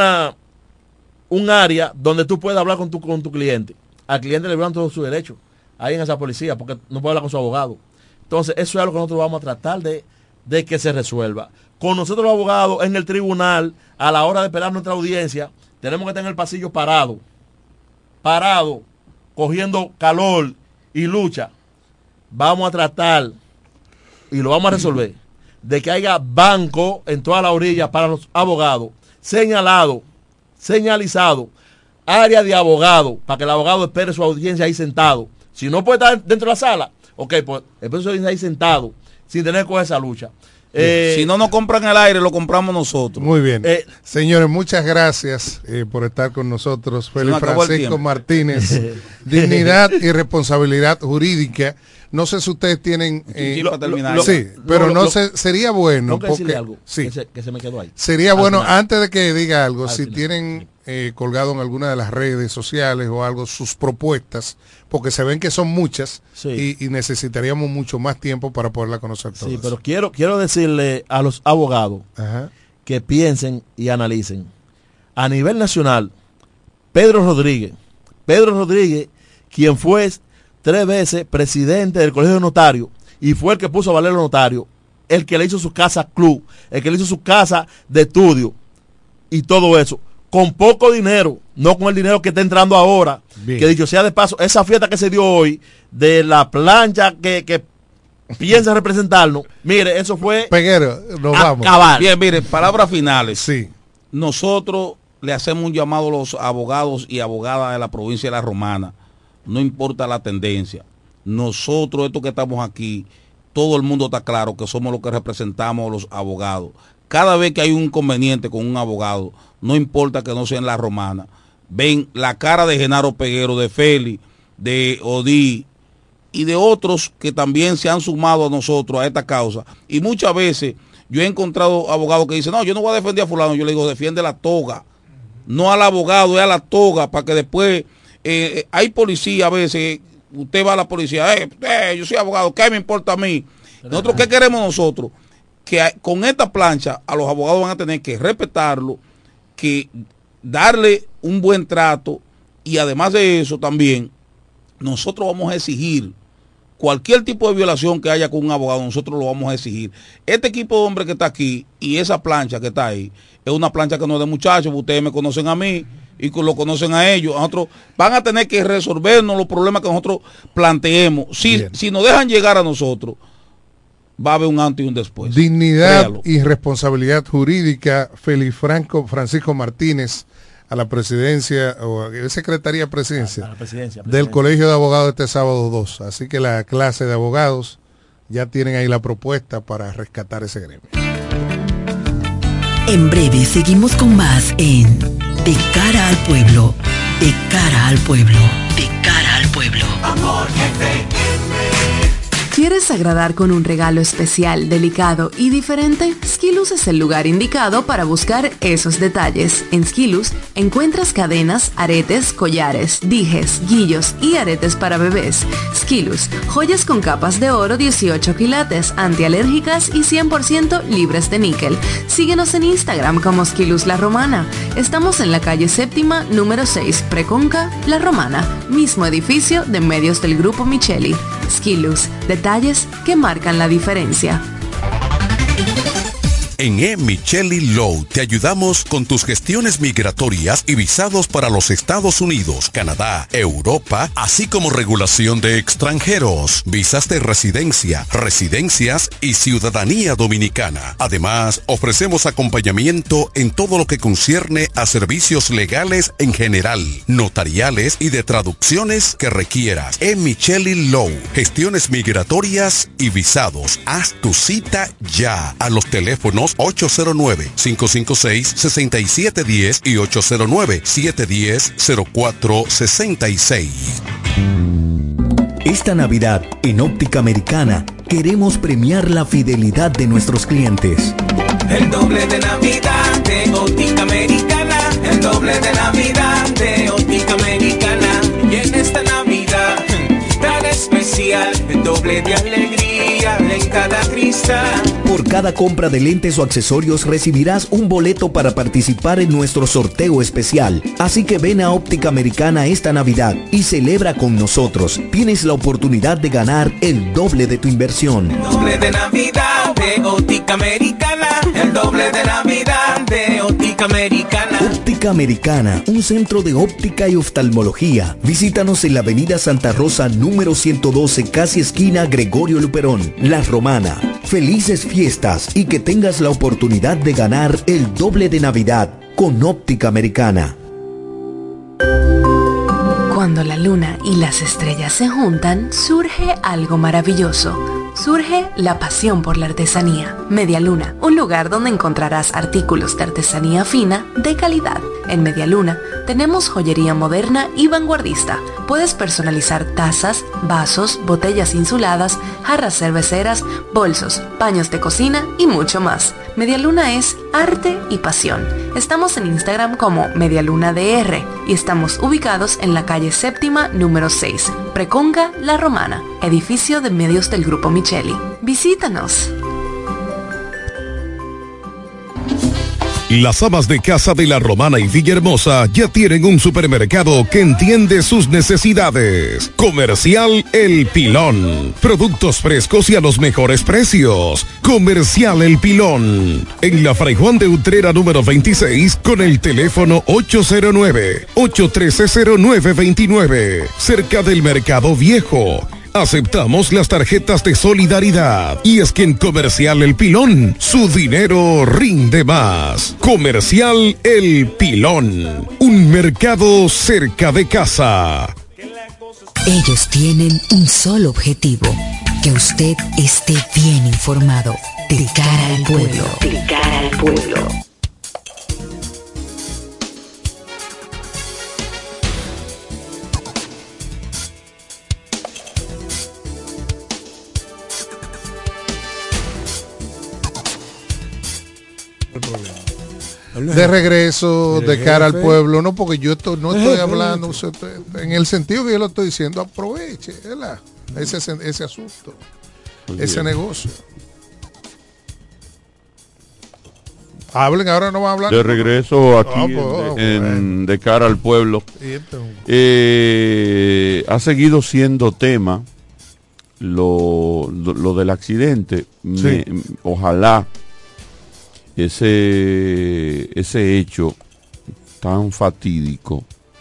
área donde tú puedas hablar con tu cliente. Al cliente le dan todos sus derechos ahí en esa policía porque no puede hablar con su abogado. Entonces eso es algo que nosotros vamos a tratar de de que se resuelva. Con nosotros los abogados en el tribunal, a la hora de esperar nuestra audiencia, tenemos que estar en el pasillo parado, cogiendo calor y lucha. Vamos a tratar, y lo vamos a resolver, de que haya banco en toda la orilla para los abogados, señalizado, área de abogado, para que el abogado espere su audiencia ahí sentado. Si no puede estar dentro de la sala, ok, pues espere su audiencia ahí sentado, sin tener que coger esa lucha. Si no nos compran el aire, lo compramos nosotros. Muy bien. Señores, muchas gracias por estar con nosotros. Félix Francisco Martínez, Dignidad y Responsabilidad Jurídica. No sé si ustedes tienen... para terminar. Sí, pero no sé, sería bueno... Porque, decirle algo, sí, que se me quedó ahí. Sería bueno, antes de que diga algo, si tienen colgado en alguna de las redes sociales o algo sus propuestas, porque se ven que son muchas, sí, y necesitaríamos mucho más tiempo para poderla conocer todas. Sí, pero quiero decirle a los abogados que piensen y analicen. A nivel nacional, Pedro Rodríguez, quien fue 3 veces presidente del Colegio de Notarios y fue el que puso a valer los notarios, el que le hizo su casa club, el que le hizo su casa de estudio y todo eso, con poco dinero, no con el dinero que está entrando ahora. Bien. Que dicho sea de paso, esa fiesta que se dio hoy de la plancha que piensa representarnos, mire, eso fue Peguero, nos vamos. Acabar. Bien, mire, palabras finales. Sí. Nosotros le hacemos un llamado a los abogados y abogadas de la provincia de La Romana. No importa la tendencia. Nosotros, estos que estamos aquí, todo el mundo está claro que somos los que representamos a los abogados. Cada vez que hay un inconveniente con un abogado, no importa que no sea en La Romana, ven la cara de Genaro Peguero, de Félix, de Odí y de otros que también se han sumado a nosotros a esta causa. Y muchas veces yo he encontrado abogados que dicen, no, yo no voy a defender a fulano. Yo le digo, defiende la toga. No al abogado, es a la toga, para que después... hay policía a veces, usted va a la policía, yo soy abogado, ¿qué me importa a mí? Nosotros, ¿qué queremos nosotros? Que con esta plancha a los abogados van a tener que respetarlo, que darle un buen trato, y además de eso también, nosotros vamos a exigir cualquier tipo de violación que haya con un abogado, nosotros lo vamos a exigir. Este equipo de hombres que está aquí y esa plancha que está ahí, es una plancha que no es de muchachos, ustedes me conocen a mí y lo conocen a ellos. Nosotros van a tener que resolvernos los problemas que nosotros planteemos. Si nos dejan llegar a nosotros, va a haber un antes y un después. Dignidad y responsabilidad jurídica, Félix Francisco Martínez, a la presidencia, o a Secretaría de Presidencia, del Colegio de Abogados este sábado 2. Así que la clase de abogados ya tienen ahí la propuesta para rescatar ese gremio. En breve seguimos con más en De Cara al Pueblo, De Cara al Pueblo, De Cara al Pueblo. Amor FM. ¿Quieres agradar con un regalo especial, delicado y diferente? Skilus es el lugar indicado para buscar esos detalles. En Skilus encuentras cadenas, aretes, collares, dijes, guillos y aretes para bebés. Skilus, joyas con capas de oro 18 quilates, antialérgicas y 100% libres de níquel. Síguenos en Instagram como Skilus La Romana. Estamos en la calle séptima, número 6, Preconca, La Romana, mismo edificio de medios del Grupo Micheli. Skilus, detalles que marcan la diferencia. En Micheli Law te ayudamos con tus gestiones migratorias y visados para los Estados Unidos, Canadá, Europa, así como regulación de extranjeros, visas de residencia, residencias y ciudadanía dominicana. Además, ofrecemos acompañamiento en todo lo que concierne a servicios legales en general, notariales y de traducciones que requieras. Micheli Law, gestiones migratorias y visados. Haz tu cita ya a los teléfonos 809-556-6710 y 809-710-0466. Esta Navidad, en Óptica Americana, queremos premiar la fidelidad de nuestros clientes. El doble de Navidad de Óptica Americana, el doble de Navidad de Óptica Americana. Y en esta Navidad tan especial, el doble de alegría en cada cristal. Por cada compra de lentes o accesorios recibirás un boleto para participar en nuestro sorteo especial. Así que ven a Óptica Americana esta Navidad y celebra con nosotros. Tienes la oportunidad de ganar el doble de tu inversión. El doble de Navidad de Óptica Americana, el doble de Navidad de Óptica Americana. Óptica Americana, un centro de óptica y oftalmología. Visítanos en la avenida Santa Rosa número 112, casi esquina Gregorio Luperón, La Romana. Felices fiestas y que tengas la oportunidad de ganar el doble de Navidad con Óptica Americana. Cuando la luna y las estrellas se juntan, surge algo maravilloso. Surge la pasión por la artesanía. Media Luna, un lugar donde encontrarás artículos de artesanía fina de calidad. En Media Luna tenemos joyería moderna y vanguardista. Puedes personalizar tazas, vasos, botellas insuladas, jarras cerveceras, bolsos, paños de cocina y mucho más. Media Luna es arte y pasión. Estamos en Instagram como MediaLunaDR y estamos ubicados en la calle Séptima número 6, Preconga, La Romana, edificio de medios del Grupo Micheli. Visítanos. Las amas de casa de La Romana y Villahermosa ya tienen un supermercado que entiende sus necesidades. Comercial El Pilón. Productos frescos y a los mejores precios. Comercial El Pilón. En la Fray Juan de Utrera número 26 con el teléfono 809-813-0929. Cerca del Mercado Viejo. Aceptamos las tarjetas de solidaridad. Y es que en Comercial El Pilón, su dinero rinde más. Comercial El Pilón. Un mercado cerca de casa. Ellos tienen un solo objetivo: que usted esté bien informado. De cara al pueblo. De cara al pueblo. De regreso, de cara al pueblo, no, porque yo no estoy hablando en el sentido que yo lo estoy diciendo, aproveche ese asunto, ese negocio. Hablen, ahora no va a hablar. De regreso aquí de cara al pueblo. Ha seguido siendo tema lo del accidente. Sí. Ojalá ese hecho tan fatídico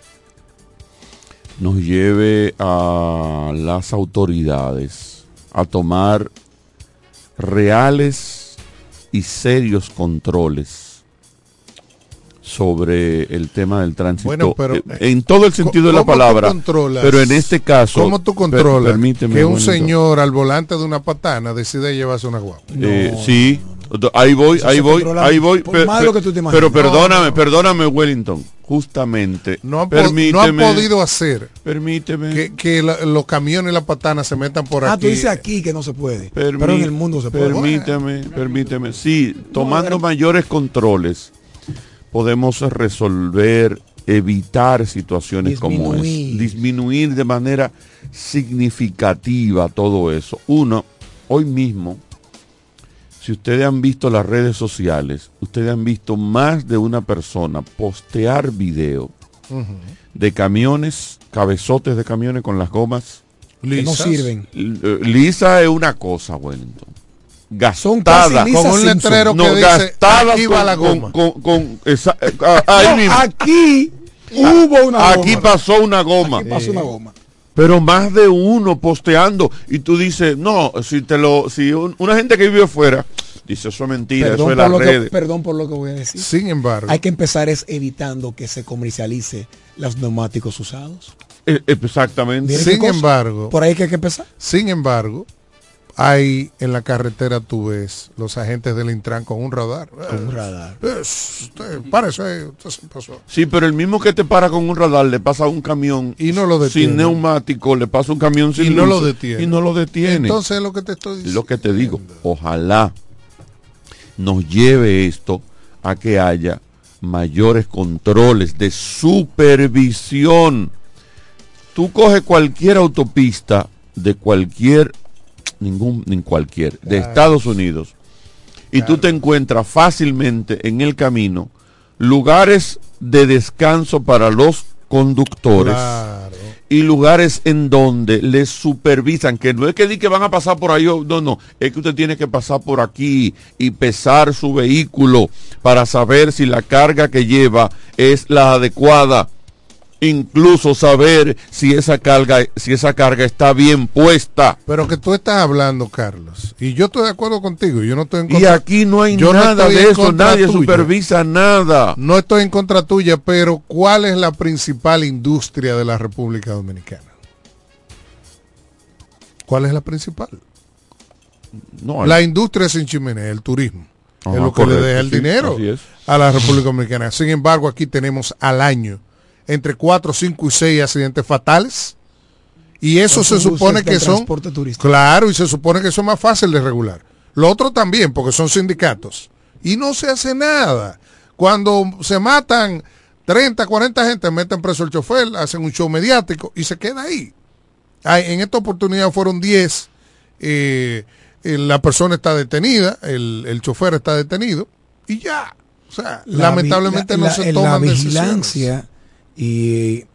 nos lleve a las autoridades a tomar reales y serios controles sobre el tema del tránsito, bueno, pero, en todo el sentido de la palabra, pero en este caso, ¿cómo tú controlas que un señor al volante de una patana decide llevarse una guagua? Sí, ahí voy, pero perdóname Wellington, justamente no ha podido hacer que los camiones y las patanas se metan por aquí. Tú dices aquí que no se puede, pero en el mundo se puede. Permíteme, sí, tomando mayores controles podemos resolver, evitar situaciones como esa, disminuir de manera significativa todo eso. Uno, hoy mismo, si ustedes han visto las redes sociales, ustedes han visto más de una persona postear video de camiones, cabezotes de camiones con las gomas que no sirven. Lisa es una cosa, Wellington. Gastada, con un letrero que dice aquí va la goma. Aquí hubo una goma. Aquí pasó una goma. Pero más de uno posteando y tú dices, no, si una gente que vive afuera dice eso es mentira, eso es las redes. Perdón por lo que voy a decir. Sin embargo, hay que empezar evitando que se comercialice los neumáticos usados. Exactamente. Sin embargo, por ahí que hay que empezar. Sin embargo, hay en la carretera, tú ves los agentes del Intran con un radar. Parece. Sí, pero el mismo que te para con un radar le pasa a un camión y no lo detiene. Sin neumático, le pasa un camión sin y no lo detiene. Y no lo detiene. Entonces es lo que te estoy diciendo. Lo que te digo, ojalá nos lleve esto a que haya mayores controles de supervisión. Tú coges cualquier autopista de de Estados Unidos y tú te encuentras fácilmente en el camino lugares de descanso para los conductores y lugares en donde les supervisan, que no es que di que van a pasar por ahí, no, es que usted tiene que pasar por aquí y pesar su vehículo para saber si la carga que lleva es la adecuada, incluso saber si esa carga está bien puesta. Pero que tú estás hablando, Carlos, y yo estoy de acuerdo contigo, yo no estoy en contra. Y aquí no hay nada de eso, nadie supervisa nada. No estoy en contra tuya, pero ¿cuál es la principal industria de la República Dominicana? ¿Cuál es la principal? No, la industria sin chimenea, el turismo. Ajá, es lo que correcto, le deja el dinero a la República Dominicana. Sin embargo, aquí tenemos al año entre 4, 5 y 6 accidentes fatales, y eso se supone que son claro, y se supone que son más fácil de regular. Lo otro también, porque son sindicatos, y no se hace nada. Cuando se matan 30, 40 gente, meten preso el chofer, hacen un show mediático y se queda ahí. En esta oportunidad fueron 10, la persona está detenida, el chofer está detenido y ya. O sea, lamentablemente no se toman vigilancia y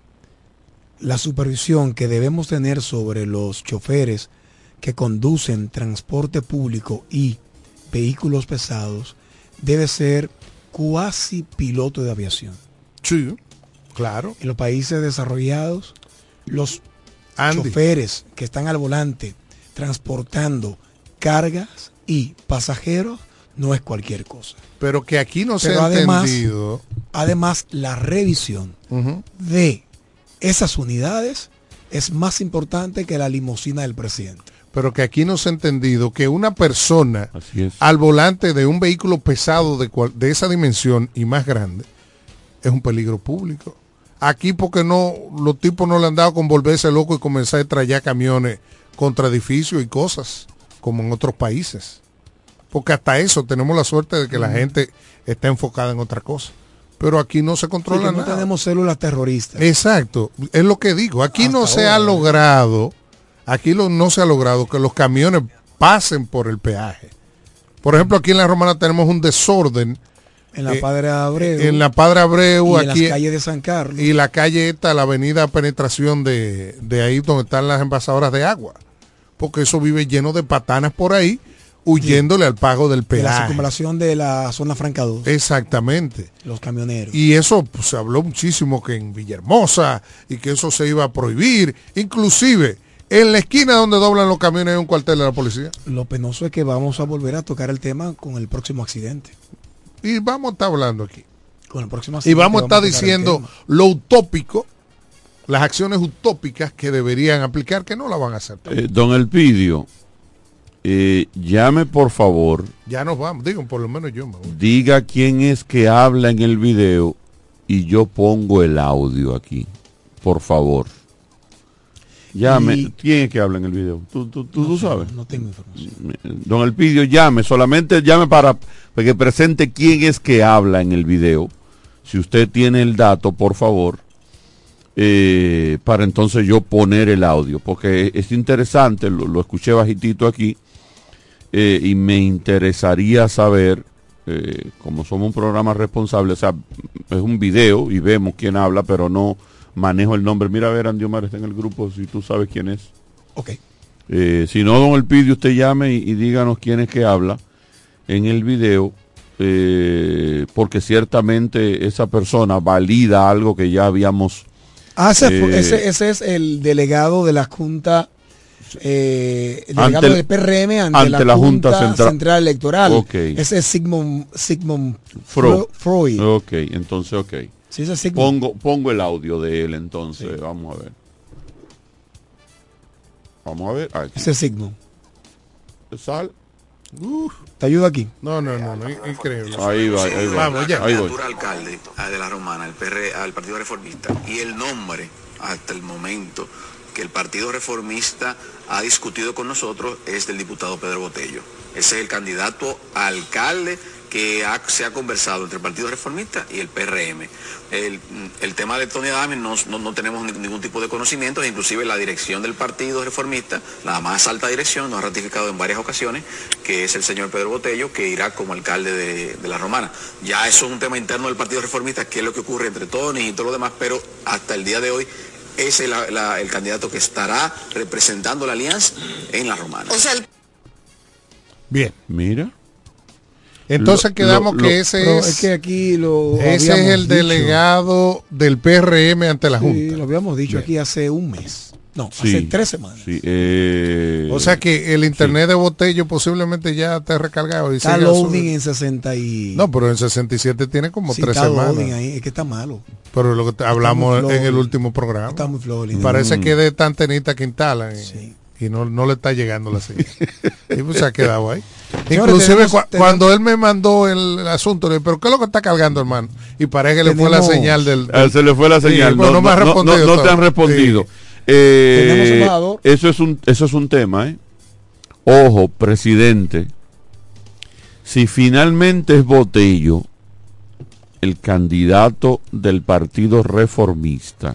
la supervisión que debemos tener sobre los choferes que conducen transporte público y vehículos pesados debe ser cuasi piloto de aviación. Sí, claro. En los países desarrollados, los choferes que están al volante transportando cargas y pasajeros no es cualquier cosa. Pero que aquí no se ha entendido. Además, la revisión de esas unidades es más importante que la limusina del presidente. Pero que aquí no se ha entendido que una persona al volante de un vehículo pesado de esa dimensión y más grande es un peligro público. Aquí porque no, los tipos no le han dado con volverse loco y comenzar a traer camiones contra edificios y cosas, como en otros países. Porque hasta eso tenemos la suerte de que la gente está enfocada en otra cosa. Pero aquí no se controla nada. No tenemos células terroristas. Exacto, es lo que digo. Aquí hasta no se ha logrado, no se ha logrado que los camiones pasen por el peaje. Por ejemplo, aquí en La Romana tenemos un desorden. En la Padre Abreu. En la Padre Abreu. Y aquí, en las calles de San Carlos. Y la calle esta, la avenida Penetración de ahí donde están las envasadoras de agua. Porque eso vive lleno de patanas por ahí, huyéndole al pago del peaje. La circunvalación de la zona Franca 2. Exactamente. Los camioneros. Y eso pues, se habló muchísimo que en Villahermosa y que eso se iba a prohibir. Inclusive, en la esquina donde doblan los camiones hay un cuartel de la policía. Lo penoso es que vamos a volver a tocar el tema con el próximo accidente. Y vamos a estar hablando aquí. Con el próximo accidente. Y vamos a estar diciendo lo utópico, las acciones utópicas que deberían aplicar, que no la van a hacer. Don Elpidio, llame por favor. Ya nos vamos, digo, por lo menos yo me voy. Diga quién es que habla en el video y yo pongo el audio aquí, por favor. Llame, ¿quién es que habla en el video? ¿Tú sabes? No tengo información. Don Elpidio, llame, solamente llame para que presente quién es que habla en el video. Si usted tiene el dato, por favor, para entonces yo poner el audio, porque es interesante, lo escuché bajitito aquí, y me interesaría saber, como somos un programa responsable, o sea, es un video y vemos quién habla, pero no manejo el nombre. Mira, a ver, Andy Omar está en el grupo, si tú sabes quién es. Ok. Si no, don Elpidio, usted llame y díganos quién es que habla en el video, porque ciertamente esa persona valida algo que ya habíamos... ese es el delegado de la Junta, el delegado del PRM ante la Junta Central Electoral. Okay. Ese es Sigmund Freud. Ok, entonces, ok. Sí, ese pongo el audio de él entonces, sí. Vamos a ver. Vamos a ver. Aquí. Ese es Sigmund. Sal. ¿Te ayudo aquí? No, increíble. Ahí va. Vamos, ya. Ahí voy. Alcalde de La Romana, al Partido Reformista, y el nombre hasta el momento que el Partido Reformista ha discutido con nosotros es del diputado Pedro Botello. Ese es el candidato a alcalde que se ha conversado entre el Partido Reformista y el PRM. El tema de Tony Adames no tenemos ningún tipo de conocimiento, inclusive la dirección del Partido Reformista, la más alta dirección, nos ha ratificado en varias ocasiones que es el señor Pedro Botello, que irá como alcalde de La Romana. Ya eso es un tema interno del Partido Reformista, qué es lo que ocurre entre Tony y todo lo demás, pero hasta el día de hoy es el candidato que estará representando la alianza en la Romana. O sea, bien. Mira. Entonces quedamos que ese es que aquí ese es el delegado del PRM ante la Junta. Sí, lo habíamos dicho aquí hace un mes. No, hace 3 semanas. Sí, o sea que el internet de Botello posiblemente ya está recargado. Está loading en 60 y... No, pero en 67 tiene como 3 semanas. Ahí, es que está malo. Pero lo que hablamos en el último programa. Está muy floating. Parece que es de tanta antenita que instalan. Y no le está llegando la señal. Y pues se ha quedado ahí. Inclusive cuando él me mandó el asunto, le dije, pero ¿qué es lo que está cargando, hermano? Y parece que le fue la señal del... se le fue la señal. Sí, no me ha respondido. No te han respondido. Sí. Eso es un tema. Ojo, presidente. Si finalmente es Botello el candidato del Partido Reformista,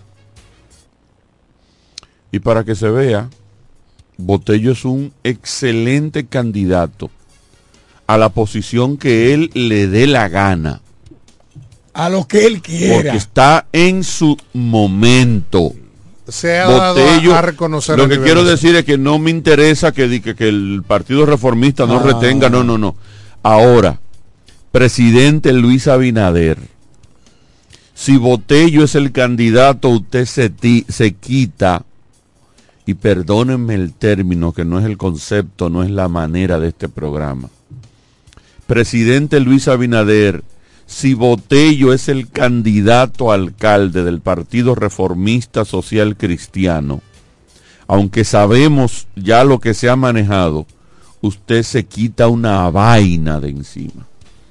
y para que se vea, Botello es un excelente candidato a la posición que él le dé la gana. A lo que él quiera. Porque está en su momento. Se ha Botello, dado a reconocer. Lo que quiero decir es que no me interesa que el Partido Reformista no retenga. No. Ahora, presidente Luis Abinader, si Botello es el candidato, usted se quita. Y perdónenme el término, que no es el concepto, no es la manera de este programa. Presidente Luis Abinader, si Botello es el candidato a alcalde del Partido Reformista Social Cristiano, aunque sabemos ya lo que se ha manejado, usted se quita una vaina de encima.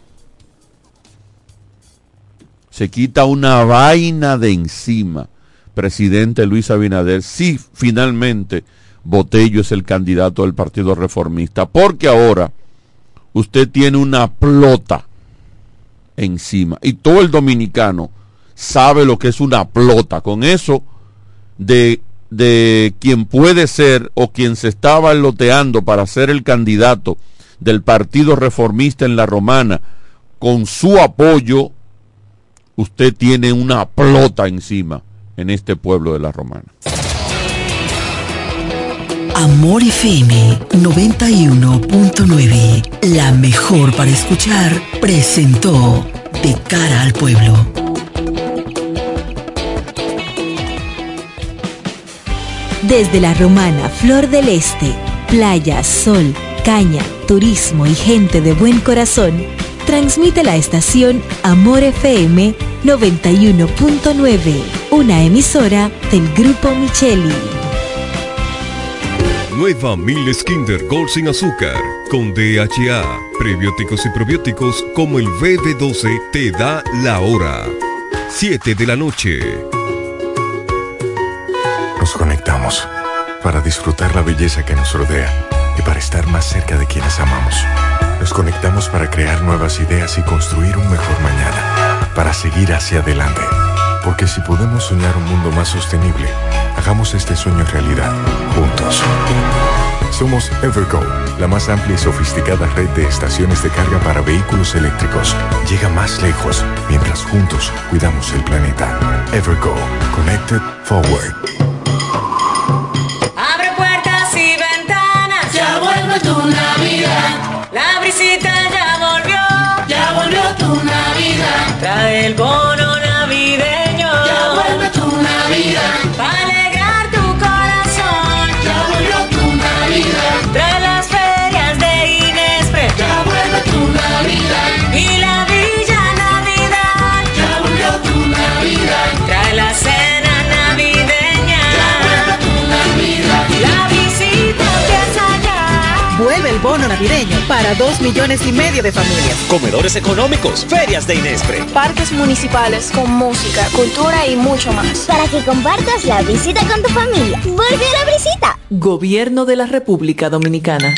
Se quita una vaina de encima. Presidente Luis Abinader, si finalmente Botello es el candidato del Partido Reformista, porque ahora usted tiene una plota encima y todo el dominicano sabe lo que es una plota. Con eso de quien puede ser o quien se estaba loteando para ser el candidato del Partido Reformista en la Romana, con su apoyo usted tiene una plota encima en este pueblo de la Romana. Amor FM 91.9, la mejor para escuchar, presentó De Cara al Pueblo. Desde la Romana, Flor del Este, playa, sol, caña, turismo y gente de buen corazón, transmite la estación Amor FM 91.9, una emisora del Grupo Micheli. Nueva Miles Kinder Gold sin azúcar, con DHA, prebióticos y probióticos como el BB12 te da la hora. 7 de la noche. Nos conectamos para disfrutar la belleza que nos rodea y para estar más cerca de quienes amamos. Nos conectamos para crear nuevas ideas y construir un mejor mañana, para seguir hacia adelante. Porque si podemos soñar un mundo más sostenible, hagamos este sueño realidad, juntos. Somos Evergo, la más amplia y sofisticada red de estaciones de carga para vehículos eléctricos. Llega más lejos, mientras juntos cuidamos el planeta. Evergo, Connected Forward. Abre puertas y ventanas, ya vuelve tu Navidad. La brisita ya volvió tu Navidad. Trae el bono navideño, ya vuelve tu Navidad. Para alegrar tu corazón, ya volvió tu Navidad. Trae las ferias de Inespre, ya vuelve tu Navidad. Y la Villa Navidad, ya volvió tu Navidad. Trae la cena navideña, ya vuelve tu Navidad. La visita empieza ya. Vuelve el bono navideño para 2,5 millones de familias. Comedores económicos, ferias de Inespre. Parques municipales con música, cultura y mucho más. Para que compartas la visita con tu familia. ¡Vuelve a la visita! Gobierno de la República Dominicana.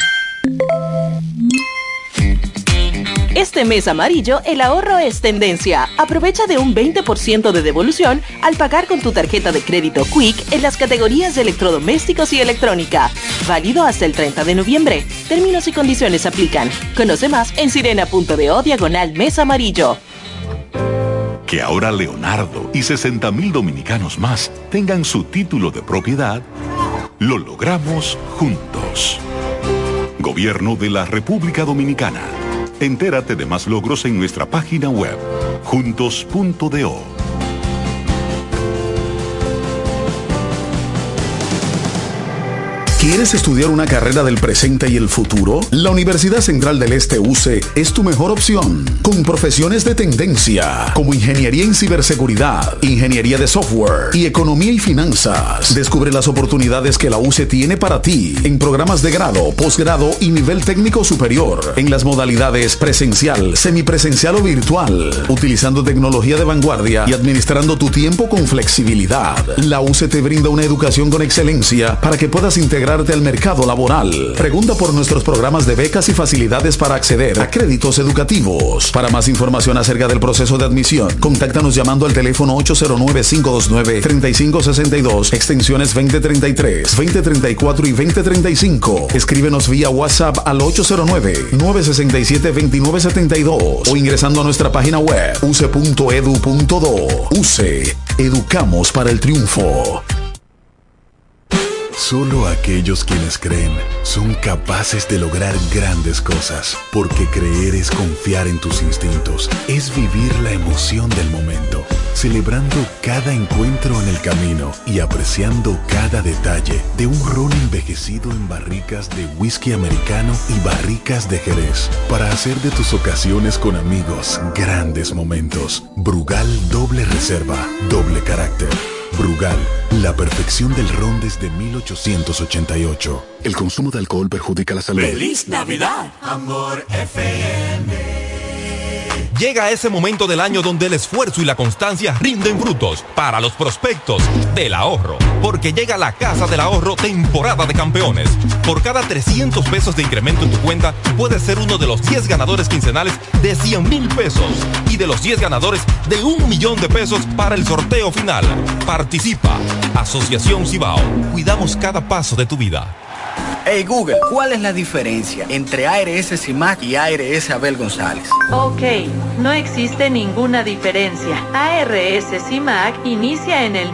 Este mes amarillo, el ahorro es tendencia. Aprovecha de un 20% de devolución al pagar con tu tarjeta de crédito Quick en las categorías de electrodomésticos y electrónica. Válido hasta el 30 de noviembre. Términos y condiciones aplican. Conoce más en sirena.do/mes amarillo. Que ahora Leonardo y 60,000 dominicanos más tengan su título de propiedad, lo logramos juntos. Gobierno de la República Dominicana. Entérate de más logros en nuestra página web, juntos.do. ¿Quieres estudiar una carrera del presente y el futuro? La Universidad Central del Este UCE es tu mejor opción, con profesiones de tendencia, como ingeniería en ciberseguridad, ingeniería de software y economía y finanzas. Descubre las oportunidades que la UCE tiene para ti en programas de grado, posgrado y nivel técnico superior, en las modalidades presencial, semipresencial o virtual, utilizando tecnología de vanguardia y administrando tu tiempo con flexibilidad. La UCE te brinda una educación con excelencia para que puedas integrar al mercado laboral. Pregunta por nuestros programas de becas y facilidades para acceder a créditos educativos. Para más información acerca del proceso de admisión, contáctanos llamando al teléfono 809-529-3562, extensiones 2033, 2034 y 2035. Escríbenos vía WhatsApp al 809-967-2972 o ingresando a nuestra página web uce.edu.do. UCE, educamos para el triunfo. Solo aquellos quienes creen son capaces de lograr grandes cosas, porque creer es confiar en tus instintos, es vivir la emoción del momento, celebrando cada encuentro en el camino y apreciando cada detalle de un ron envejecido en barricas de whisky americano y barricas de Jerez, para hacer de tus ocasiones con amigos grandes momentos. Brugal doble reserva, doble carácter. Brugal, la perfección del ron desde 1888. El consumo de alcohol perjudica la salud. ¡Feliz Navidad, Amor FM! Llega ese momento del año donde el esfuerzo y la constancia rinden frutos para los prospectos del ahorro, porque llega la Casa del Ahorro temporada de campeones. Por cada 300 pesos de incremento en tu cuenta, puedes ser uno de los 10 ganadores quincenales de 100,000 pesos y de los 10 ganadores de 1,000,000 de pesos para el sorteo final. Participa. Asociación Cibao. Cuidamos cada paso de tu vida. Hey Google, ¿cuál es la diferencia entre ARS CIMAC y ARS Abel González? Ok, no existe ninguna diferencia. ARS CIMAC inicia en el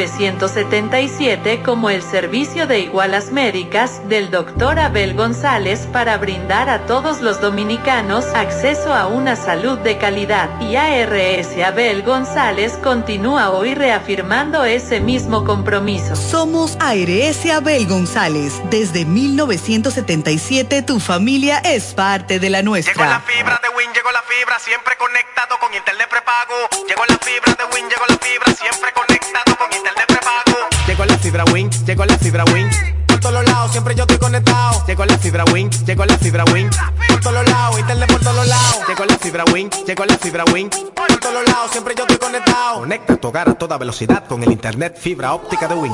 1977 como el servicio de igualas médicas del Dr. Abel González para brindar a todos los dominicanos acceso a una salud de calidad. Y ARS Abel González continúa hoy reafirmando ese mismo compromiso. Somos ARS Abel González. Desde 1977 tu familia es parte de la nuestra. Llegó la fibra de Win, llegó la fibra, siempre conectado con internet prepago. Llegó la fibra de Win, llegó la fibra, siempre conectado con internet prepago. Llegó la fibra Win, llegó la fibra Win. Por todos lados, siempre yo estoy conectado. Llegó la fibra Win, llegó la fibra Win. Por todos lados, internet por todos lados. Llegó la fibra Win, llegó la fibra Win. Por todos lados, siempre yo estoy conectado. Conecta tu hogar a toda velocidad con el internet fibra óptica de Win.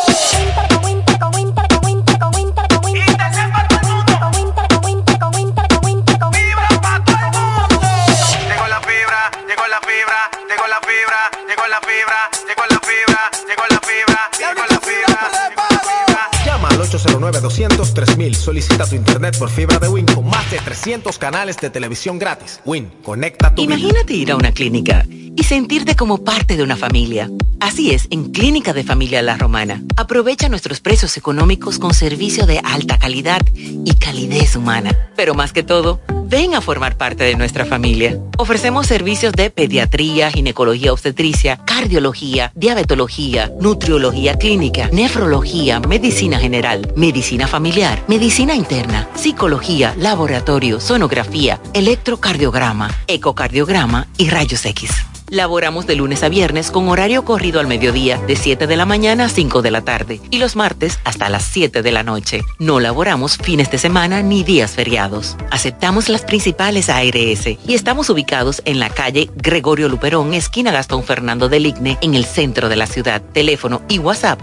Llama al 809-200-3000. Solicita tu internet por fibra de Win con más de 300 canales de televisión gratis. Win, conecta tu Imagínate ir a una clínica y sentirte como parte de una familia. Así es en Clínica de Familia La Romana. Aprovecha nuestros precios económicos con servicio de alta calidad y calidez humana. Pero más que todo, ven a formar parte de nuestra familia. Ofrecemos servicios de pediatría, ginecología obstetricia, cardiología, diabetología, nutriología clínica, nefrología, medicina general, medicina familiar, medicina interna, psicología, laboratorio, sonografía, electrocardiograma, ecocardiograma y rayos X. Laboramos de lunes a viernes con horario corrido al mediodía de 7 de la mañana a 5 de la tarde y los martes hasta las 7 de la noche. No laboramos fines de semana ni días feriados. Aceptamos las principales ARS y estamos ubicados en la calle Gregorio Luperón, esquina Gastón Fernando del Igne, en el centro de la ciudad. Teléfono y WhatsApp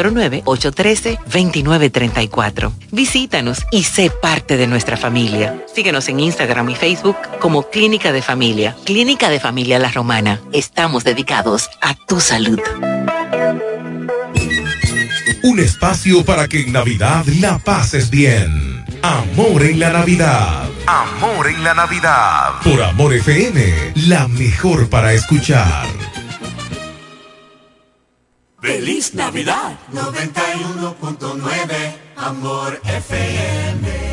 809-813-2934. Visítanos y sé parte de nuestra familia. Síguenos en Instagram y Facebook como Clínica de Familia. Clínica de Familia La Romana. Estamos dedicados a tu salud. Un espacio para que en Navidad la pases bien. Amor en la Navidad. Amor en la Navidad. Por Amor FM, la mejor para escuchar. ¡Feliz Navidad! 91.9 Amor FM.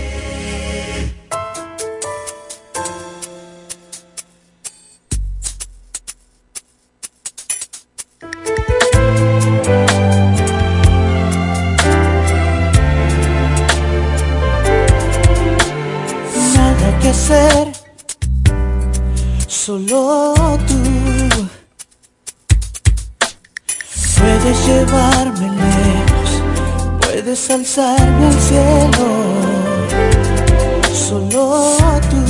Nada que hacer, solo tú. Puedes llevarme lejos, puedes alzarme al cielo. Solo tú,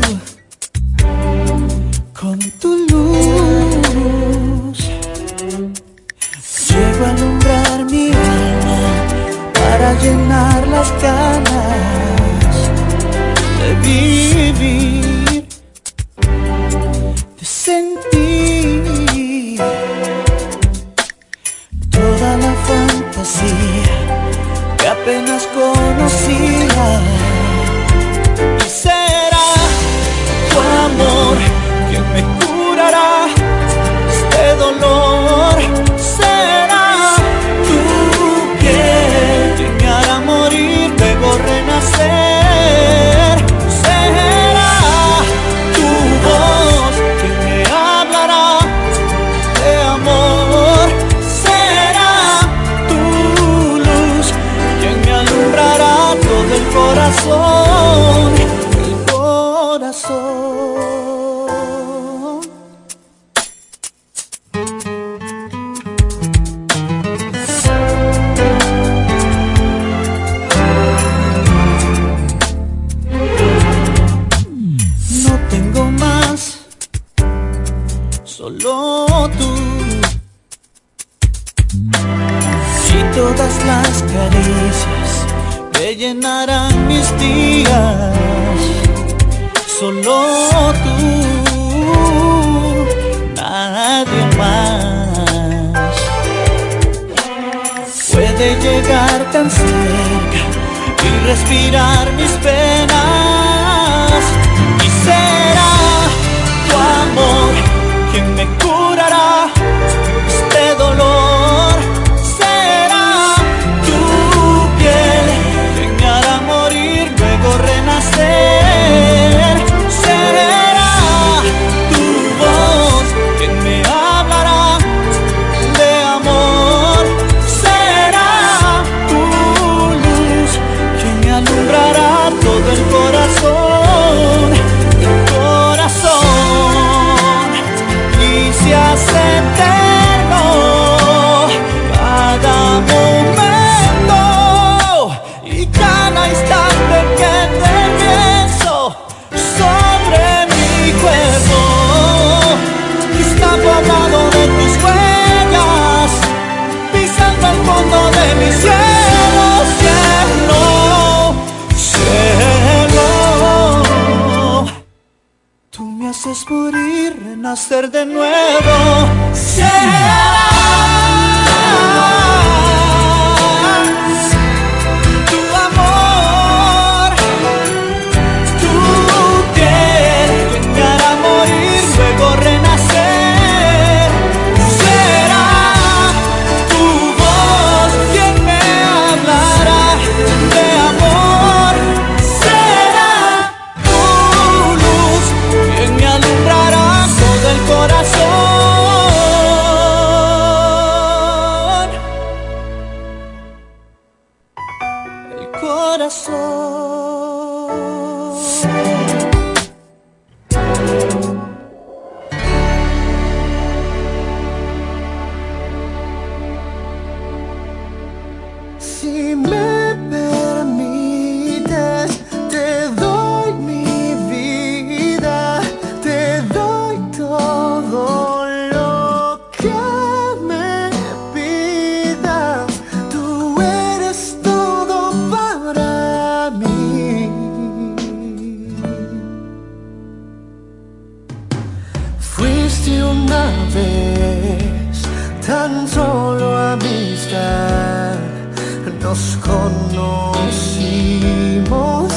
con tu luz, llego a alumbrar mi alma para llenar las ganas de vivir, de sentir toda la fantasía que apenas conocía. Y será tu amor quien me curará este dolor. Será tu piel quien me hará morir, luego renacer. Será tu voz quien me hablará de amor. Será tu luz quien me alumbrará todo el corazón, el corazón. No tengo más, solo tú. Y todas las caricias que llenarán mis días. Solo tú, nadie más puede llegar tan cerca y respirar mis penas. Y será tu amor quien me curará este dolor. Será tu piel quien me hará morir, luego renacer. Será tu voz quien me hablará de amor. Será tu luz quien me alumbrará todo el corazón, el corazón. Y se hace eterno cada momento y cada instante que te pienso sobre mi cuerpo. Escapo al lado de tus huellas, pisando al fondo de mi cielo, cielo, cielo. Tú me haces morir, renacer de nuevo. Será tu amor, tu piel quien me hará morir, luego renacer. Será tu voz quien me hablará de amor. Será tu luz quien me alumbrará todo el corazón. El corazón. Si me permites, te doy mi vida, te doy todo lo que me pidas. Tú eres todo para mí. Fuiste una vez tan solo amistad. Nos conocimos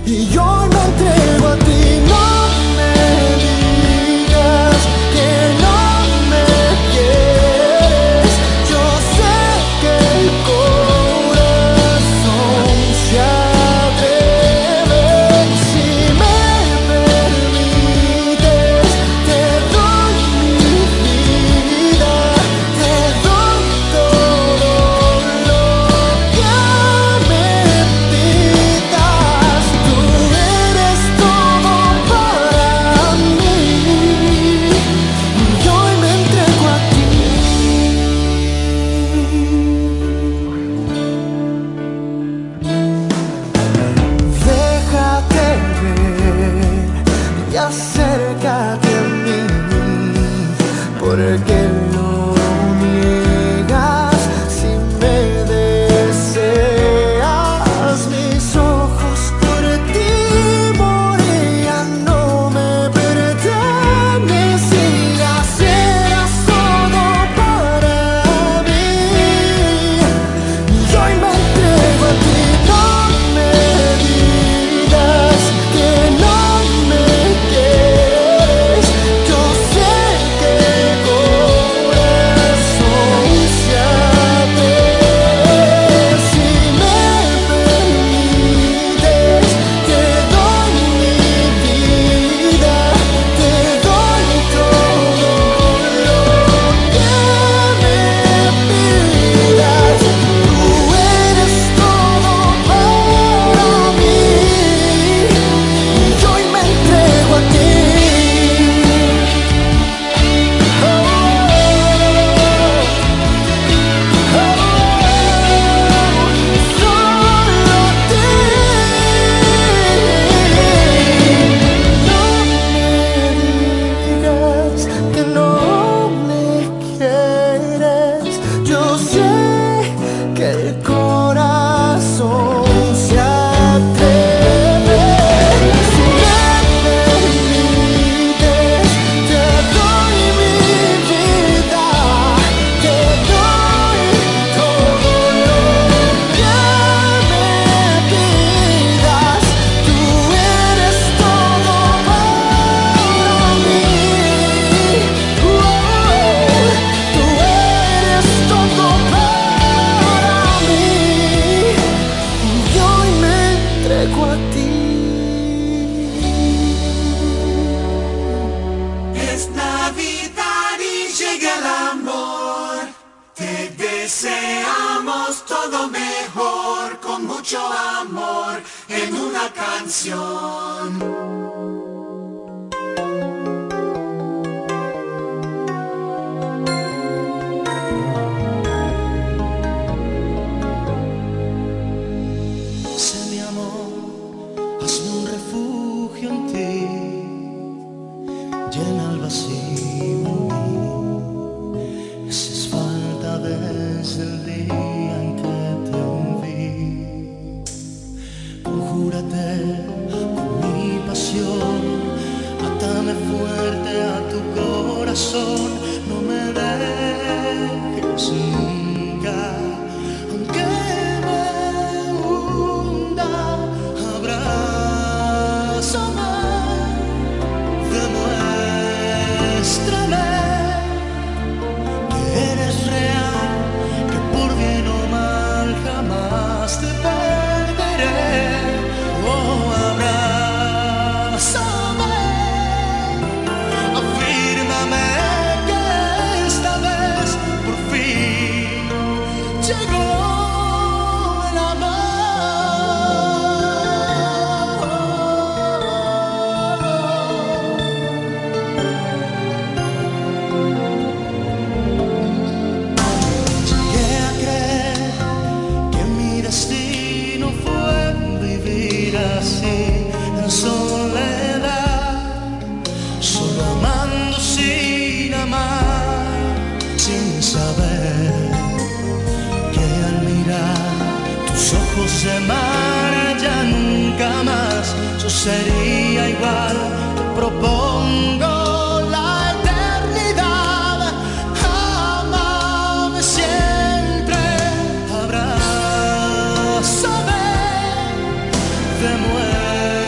y yo me entrego a ti. No me digas que no me quieres, yo sé que el corazón se atreve. Si me permites, te doy mi vida, te doy todo lo que me pidas. Tú eres todo para mí y hoy me entrego a ti. Déjate ver y acércate a mí, porque no niegas si me deseas. Mis ojos por ti morían, no me pertenes y serás todo para mí. Y hoy me entrego a ti. No me digas que no me quieres, yo sé que el corazón se atreve. Si me permites, te doy mi vida, te doy todo lo que me pidas. Tú eres todo para mí y hoy me entrego a ti. Solo a ti. No me digas que no me quieres, yo sé que el corazón se atreve. Si me permites, te doy mi vida, te doy todo lo que me pidas. Tú eres todo para mí. Tú eres todo para mí y hoy me entrego a ti. Es Navidad y llega el amor. Te deseamos todo mejor, con mucho amor en una canción. Sé mi amor, hazme un refugio en ti, llena el vacío en mí. Esa es falta desde el día en que te vi. Conjúrate con mi pasión, atame fuerte a tu corazón. No me dejes nunca, aunque me hunda. Abrázame, demuéstrame que eres real, que por bien o mal jamás te perderé. Oh, abrázame, afírmame que esta vez por fin llegó el Llegué a creer que mi destino fue vivir así en soledad, solo amando sin amar, sin saber que al mirar tus ojos de mar ya nunca más yo sería igual. Te propongo la eternidad, amame siempre, abrázame, demuéstrame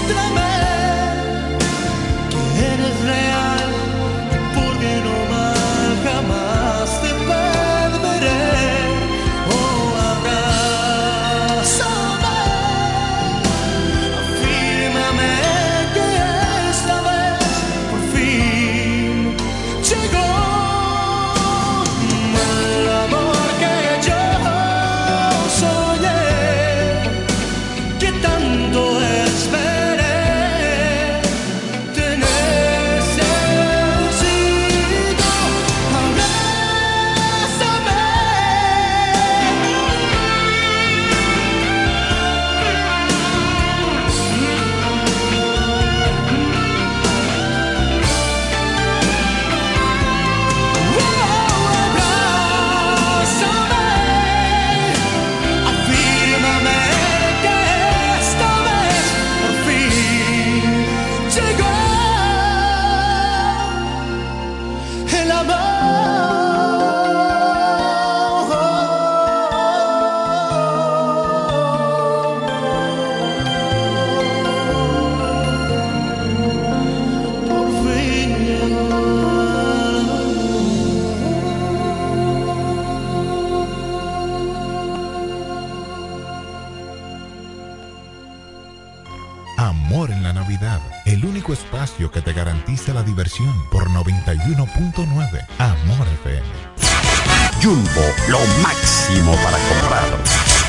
Amor en la Navidad, el único espacio que te garantiza la diversión por 91.9 Amor FM. Jumbo, lo máximo para comprar.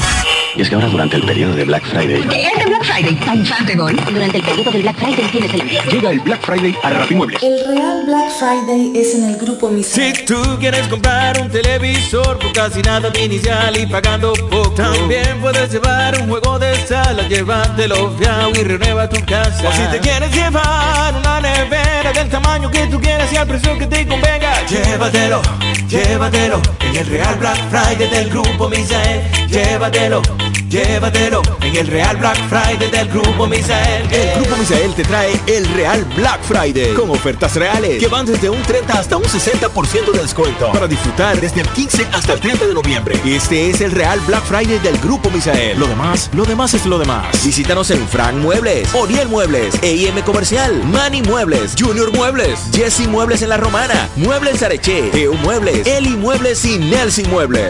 Y es que ahora durante el periodo de Black Friday... ¿Qué es de Black Friday? Tan Gol. Durante el periodo del Black Friday tienes el envío. Llega el Black Friday a Rapimuebles. El real Black Friday es en el Grupo Misael. Si tú quieres comprar un televisor por casi nada de inicial y pagando poco, también puedes llevar un juego de sala, llévatelo fiao y renueva tu casa. O si te quieres llevar una nevera del tamaño que tú quieras y al precio que te convenga, llévatelo, llévatelo en el real Black Friday del Grupo Misael. Llévatelo, llévatelo en el Real Black Friday del Grupo Misael. El Grupo Misael te trae el Real Black Friday con ofertas reales que van desde un 30 hasta un 60% de descuento para disfrutar desde el 15 hasta el 30 de noviembre. Este es el Real Black Friday del Grupo Misael. Lo demás es lo demás. Visítanos en Frank Muebles, Oriel Muebles, E&M Comercial, Manny Muebles, Junior Muebles, Jesse Muebles en La Romana, Muebles Areche, EU Muebles, Eli Muebles y Nelson Muebles.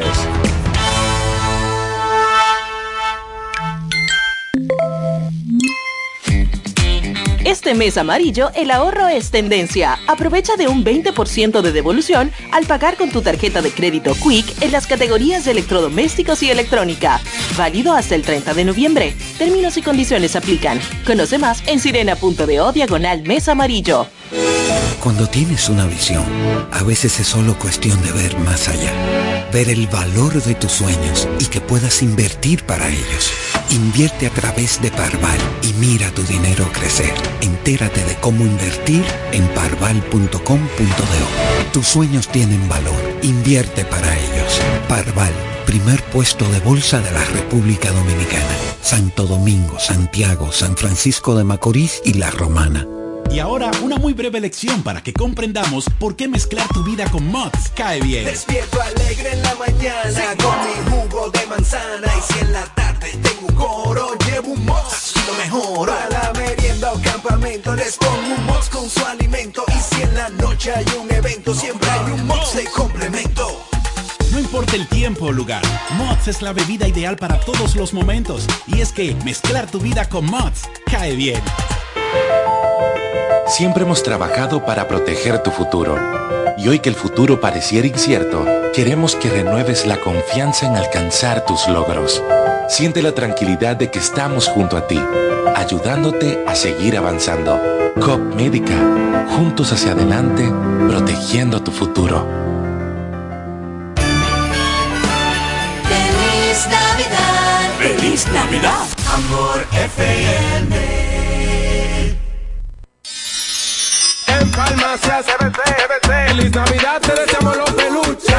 Este mes amarillo, el ahorro es tendencia. Aprovecha de un 20% de devolución al pagar con tu tarjeta de crédito Quick en las categorías de electrodomésticos y electrónica. Válido hasta el 30 de noviembre. Términos y condiciones aplican. Conoce más en sirena.do/mes amarillo. Cuando tienes una visión, a veces es solo cuestión de ver más allá. Ver el valor de tus sueños y que puedas invertir para ellos. Invierte a través de Parval y mira tu dinero crecer. Entérate de cómo invertir en parval.com.do. Tus sueños tienen valor. Invierte para ellos. Parval, primer puesto de bolsa de la República Dominicana. Santo Domingo, Santiago, San Francisco de Macorís y La Romana. Y ahora una muy breve lección para que comprendamos por qué mezclar tu vida con Mott's cae bien. Despierto alegre en la mañana con mi jugo de manzana, y si en la tarde tengo un coro, llevo un Mott's y lo mejoro. Para la merienda o campamento les pongo un Mott's con su alimento, y si en la noche hay un evento siempre hay un Mott's de complemento. No importa el tiempo o lugar, Mott's es la bebida ideal para todos los momentos. Y es que mezclar tu vida con Mott's cae bien. Siempre hemos trabajado para proteger tu futuro. Y hoy que el futuro pareciera incierto, queremos que renueves la confianza en alcanzar tus logros. Siente la tranquilidad de que estamos junto a ti, ayudándote a seguir avanzando. COP Médica, juntos hacia adelante, protegiendo tu futuro. ¡Feliz Navidad! ¡Feliz Navidad! Amor FM. En Farmacias CBC, feliz Navidad, te deseamos los peluches.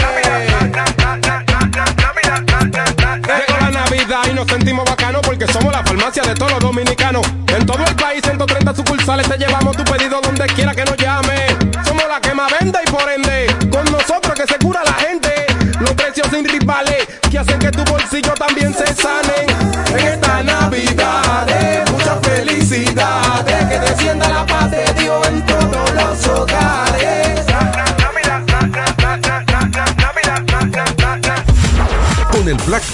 Llegó la Navidad y nos sentimos bacanos porque somos la farmacia de todos los dominicanos. En todo el país, 130 sucursales, te llevamos tu pedido donde quiera que nos llame. Somos la que más vende y por ende, con nosotros que se cura la gente. Los precios sin rivales, que hacen que tu bolsillo también se sane. En esta Navidad, mucha felicidad.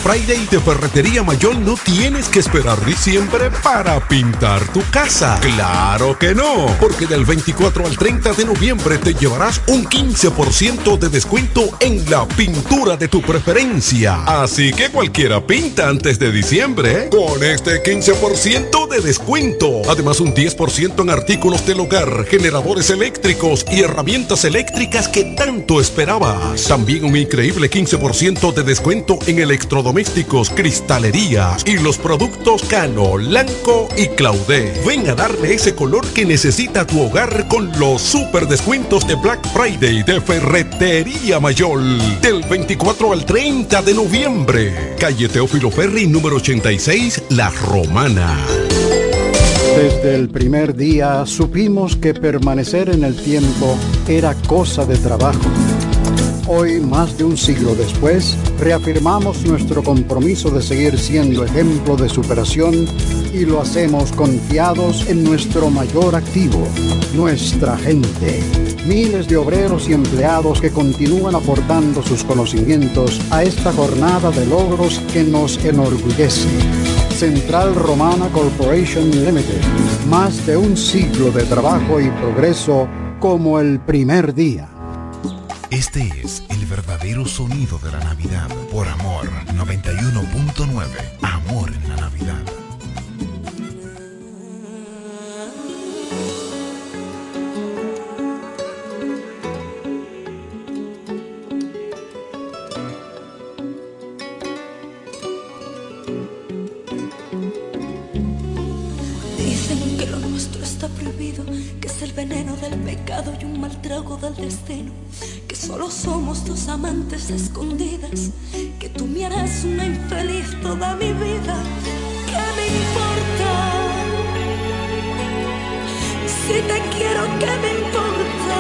Friday de Ferretería Mayor no tienes que esperar diciembre para pintar tu casa. ¡Claro que no! Porque del 24 al 30 de noviembre te llevarás un 15% de descuento en la pintura de tu preferencia. Así que cualquiera pinta antes de diciembre con este 15% de descuento. Además, un 10% en artículos del hogar, generadores eléctricos y herramientas eléctricas que tanto esperabas. También un increíble 15% de descuento en electrodomésticos, cristalerías y los productos Cano, Lanco y Claudé. Ven a darle ese color que necesita tu hogar con los super descuentos de Black Friday de Ferretería Mayor. Del 24 al 30 de noviembre. Calle Teófilo Ferri, número 86, La Romana. Desde el primer día supimos que permanecer en el tiempo era cosa de trabajo. Hoy, más de un siglo después, reafirmamos nuestro compromiso de seguir siendo ejemplo de superación y lo hacemos confiados en nuestro mayor activo, nuestra gente. Miles de obreros y empleados que continúan aportando sus conocimientos a esta jornada de logros que nos enorgullece. Central Romana Corporation Limited. Más de un siglo de trabajo y progreso como el primer día. Este es el verdadero sonido de la Navidad. Por Amor 91.9. Amor en la Navidad. Dicen que lo nuestro está prohibido, que es el veneno del pecado y un mal trago del destino, que solo somos dos amantes escondidas, que tú me harás una infeliz toda mi vida. ¿Qué me importa? Si te quiero, ¿qué me importa?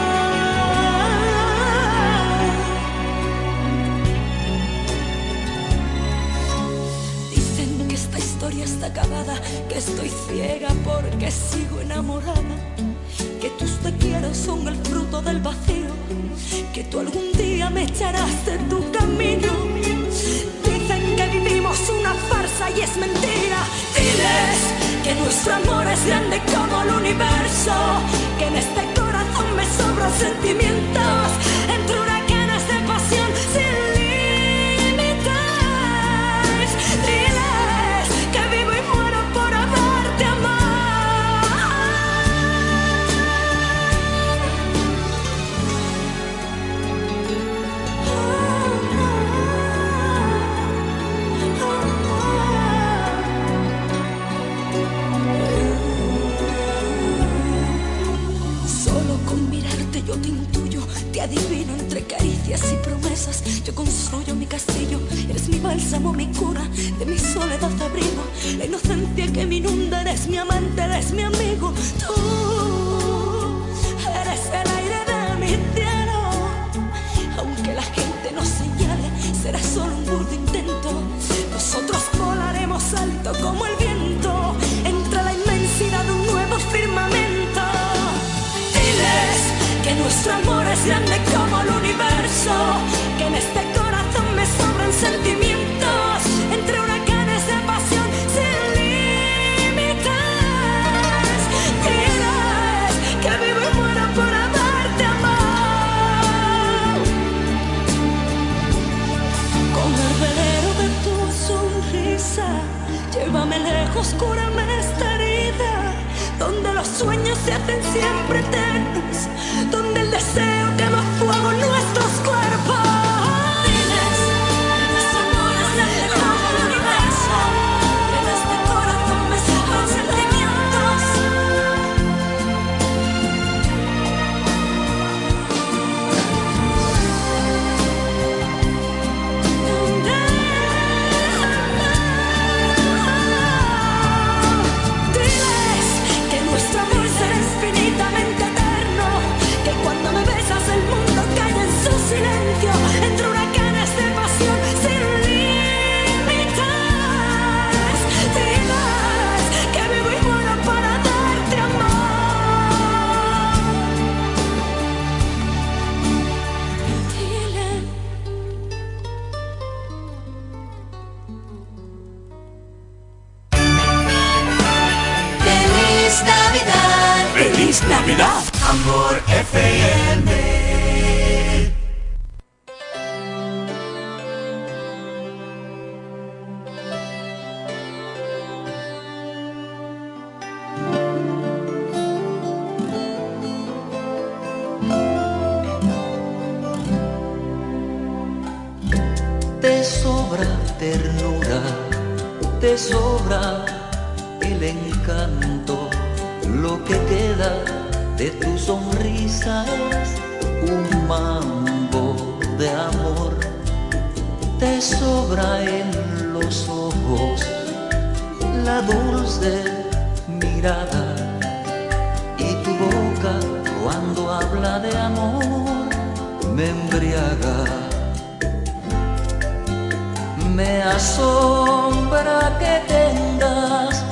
Dicen que esta historia está acabada, que estoy ciega porque sigo enamorada, que tus te quiero son el fruto del vacío, que tú algún día me echarás de tu camino. Dicen que vivimos una farsa y es mentira. Diles que nuestro amor es grande como el universo, que en este corazón me sobran sentimientos, entre huracanes de pasión sin límites. Diles que vivo y muero por amarte, yo te intuyo, te adivino entre caricias y promesas. Yo construyo mi castillo, eres mi bálsamo, mi cura, de mi soledad abrigo. La inocencia que me inunda, eres mi amante, eres mi amigo. Tú eres el aire de mi cielo. Aunque la gente nos señale, será solo un burdo intento. Nosotros volaremos alto como el viento, entre la inmensidad de un nuevo firmamento. Diles que nuestro amor es grande como el universo, que en este corazón me sobran sentimientos, entre huracanes de pasión sin límites. Diles que vivo y muero por amarte, amor. Con el velero de tu sonrisa, llévame lejos, cúrame esta herida, donde los sueños se hacen siempre eternos, donde el deseo quema fuego en nuestros cuerpos. Diles, nuestro amor es grande como el universo, que en este corazón me sobran sentimientos. Diles que nuestro amor será infinitamente eterno, que cuando me besas ¡Feliz Navidad! Amor FM. Te sobra ternura, te sobra el encanto. Lo que queda de tu sonrisa es un mambo de amor. Te sobra en los ojos la dulce mirada y tu boca cuando habla de amor me embriaga. Me asombra que tengas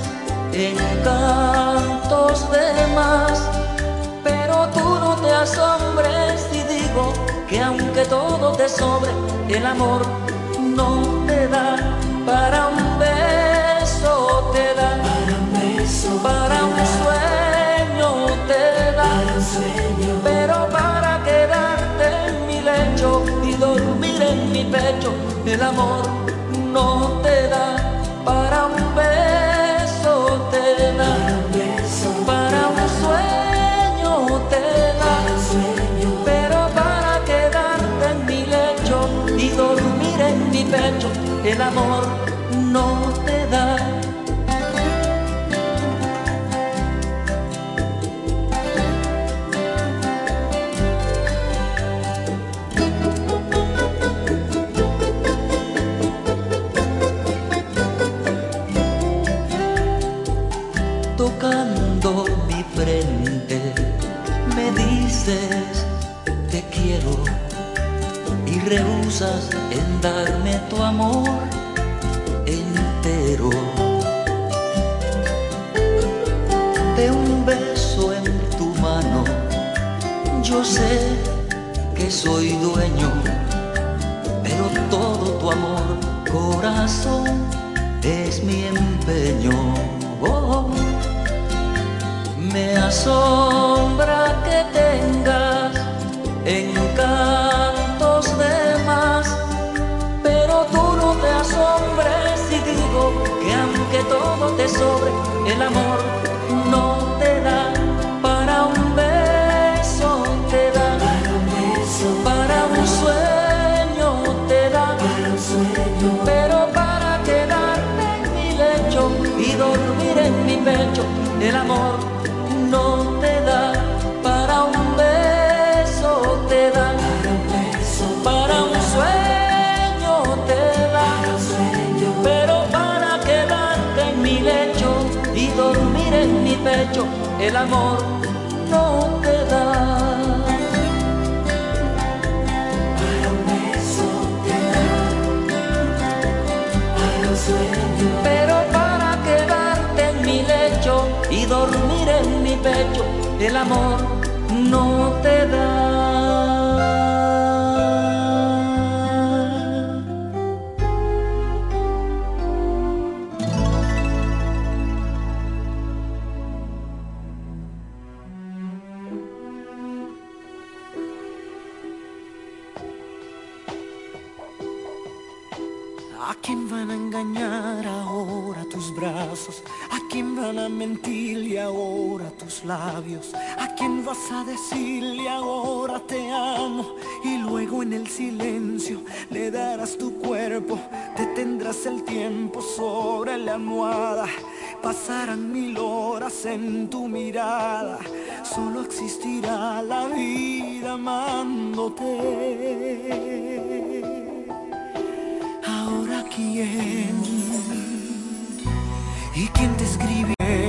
encantos de más, pero tú no te asombres si digo que aunque todo te sobre, el amor no te da. Para un beso te da, para un sueño te da, pero para quedarte en mi lecho y dormir en mi pecho, el amor no te da. Para un beso te da, para un sueño te da, pero para quedarte en mi lecho y dormir en mi pecho, el amor no te da. Tocando mi frente me dices te quiero y rehusas en darme tu amor entero. De un beso en tu mano yo sé que soy dueño, pero todo tu amor, corazón, es mi empeño. Oh. Me asombra que tengas encantos de más, pero tú no te asombres si digo que aunque todo te sobre, el amor no te da. Para un beso te da, para un sueño te da, pero para quedarte en mi lecho y dormir en mi pecho, el amor no te da. Para un beso te da, para un sueño te da, pero para quedarte en mi lecho y dormir en mi pecho, el amor no te da. Pero para quedarte en mi lecho y dormir en mi pecho, el amor no te da. ¿A quién van a engañar ahora tus brazos? ¿A quién van a mentirle ahora tus labios? ¿A quién vas a decirle ahora te amo? Y luego en el silencio le darás tu cuerpo, detendrás el tiempo sobre la almohada. Pasarán 1000 horas en tu mirada, solo existirá la vida amándote. Ahora quién y quién te escribe.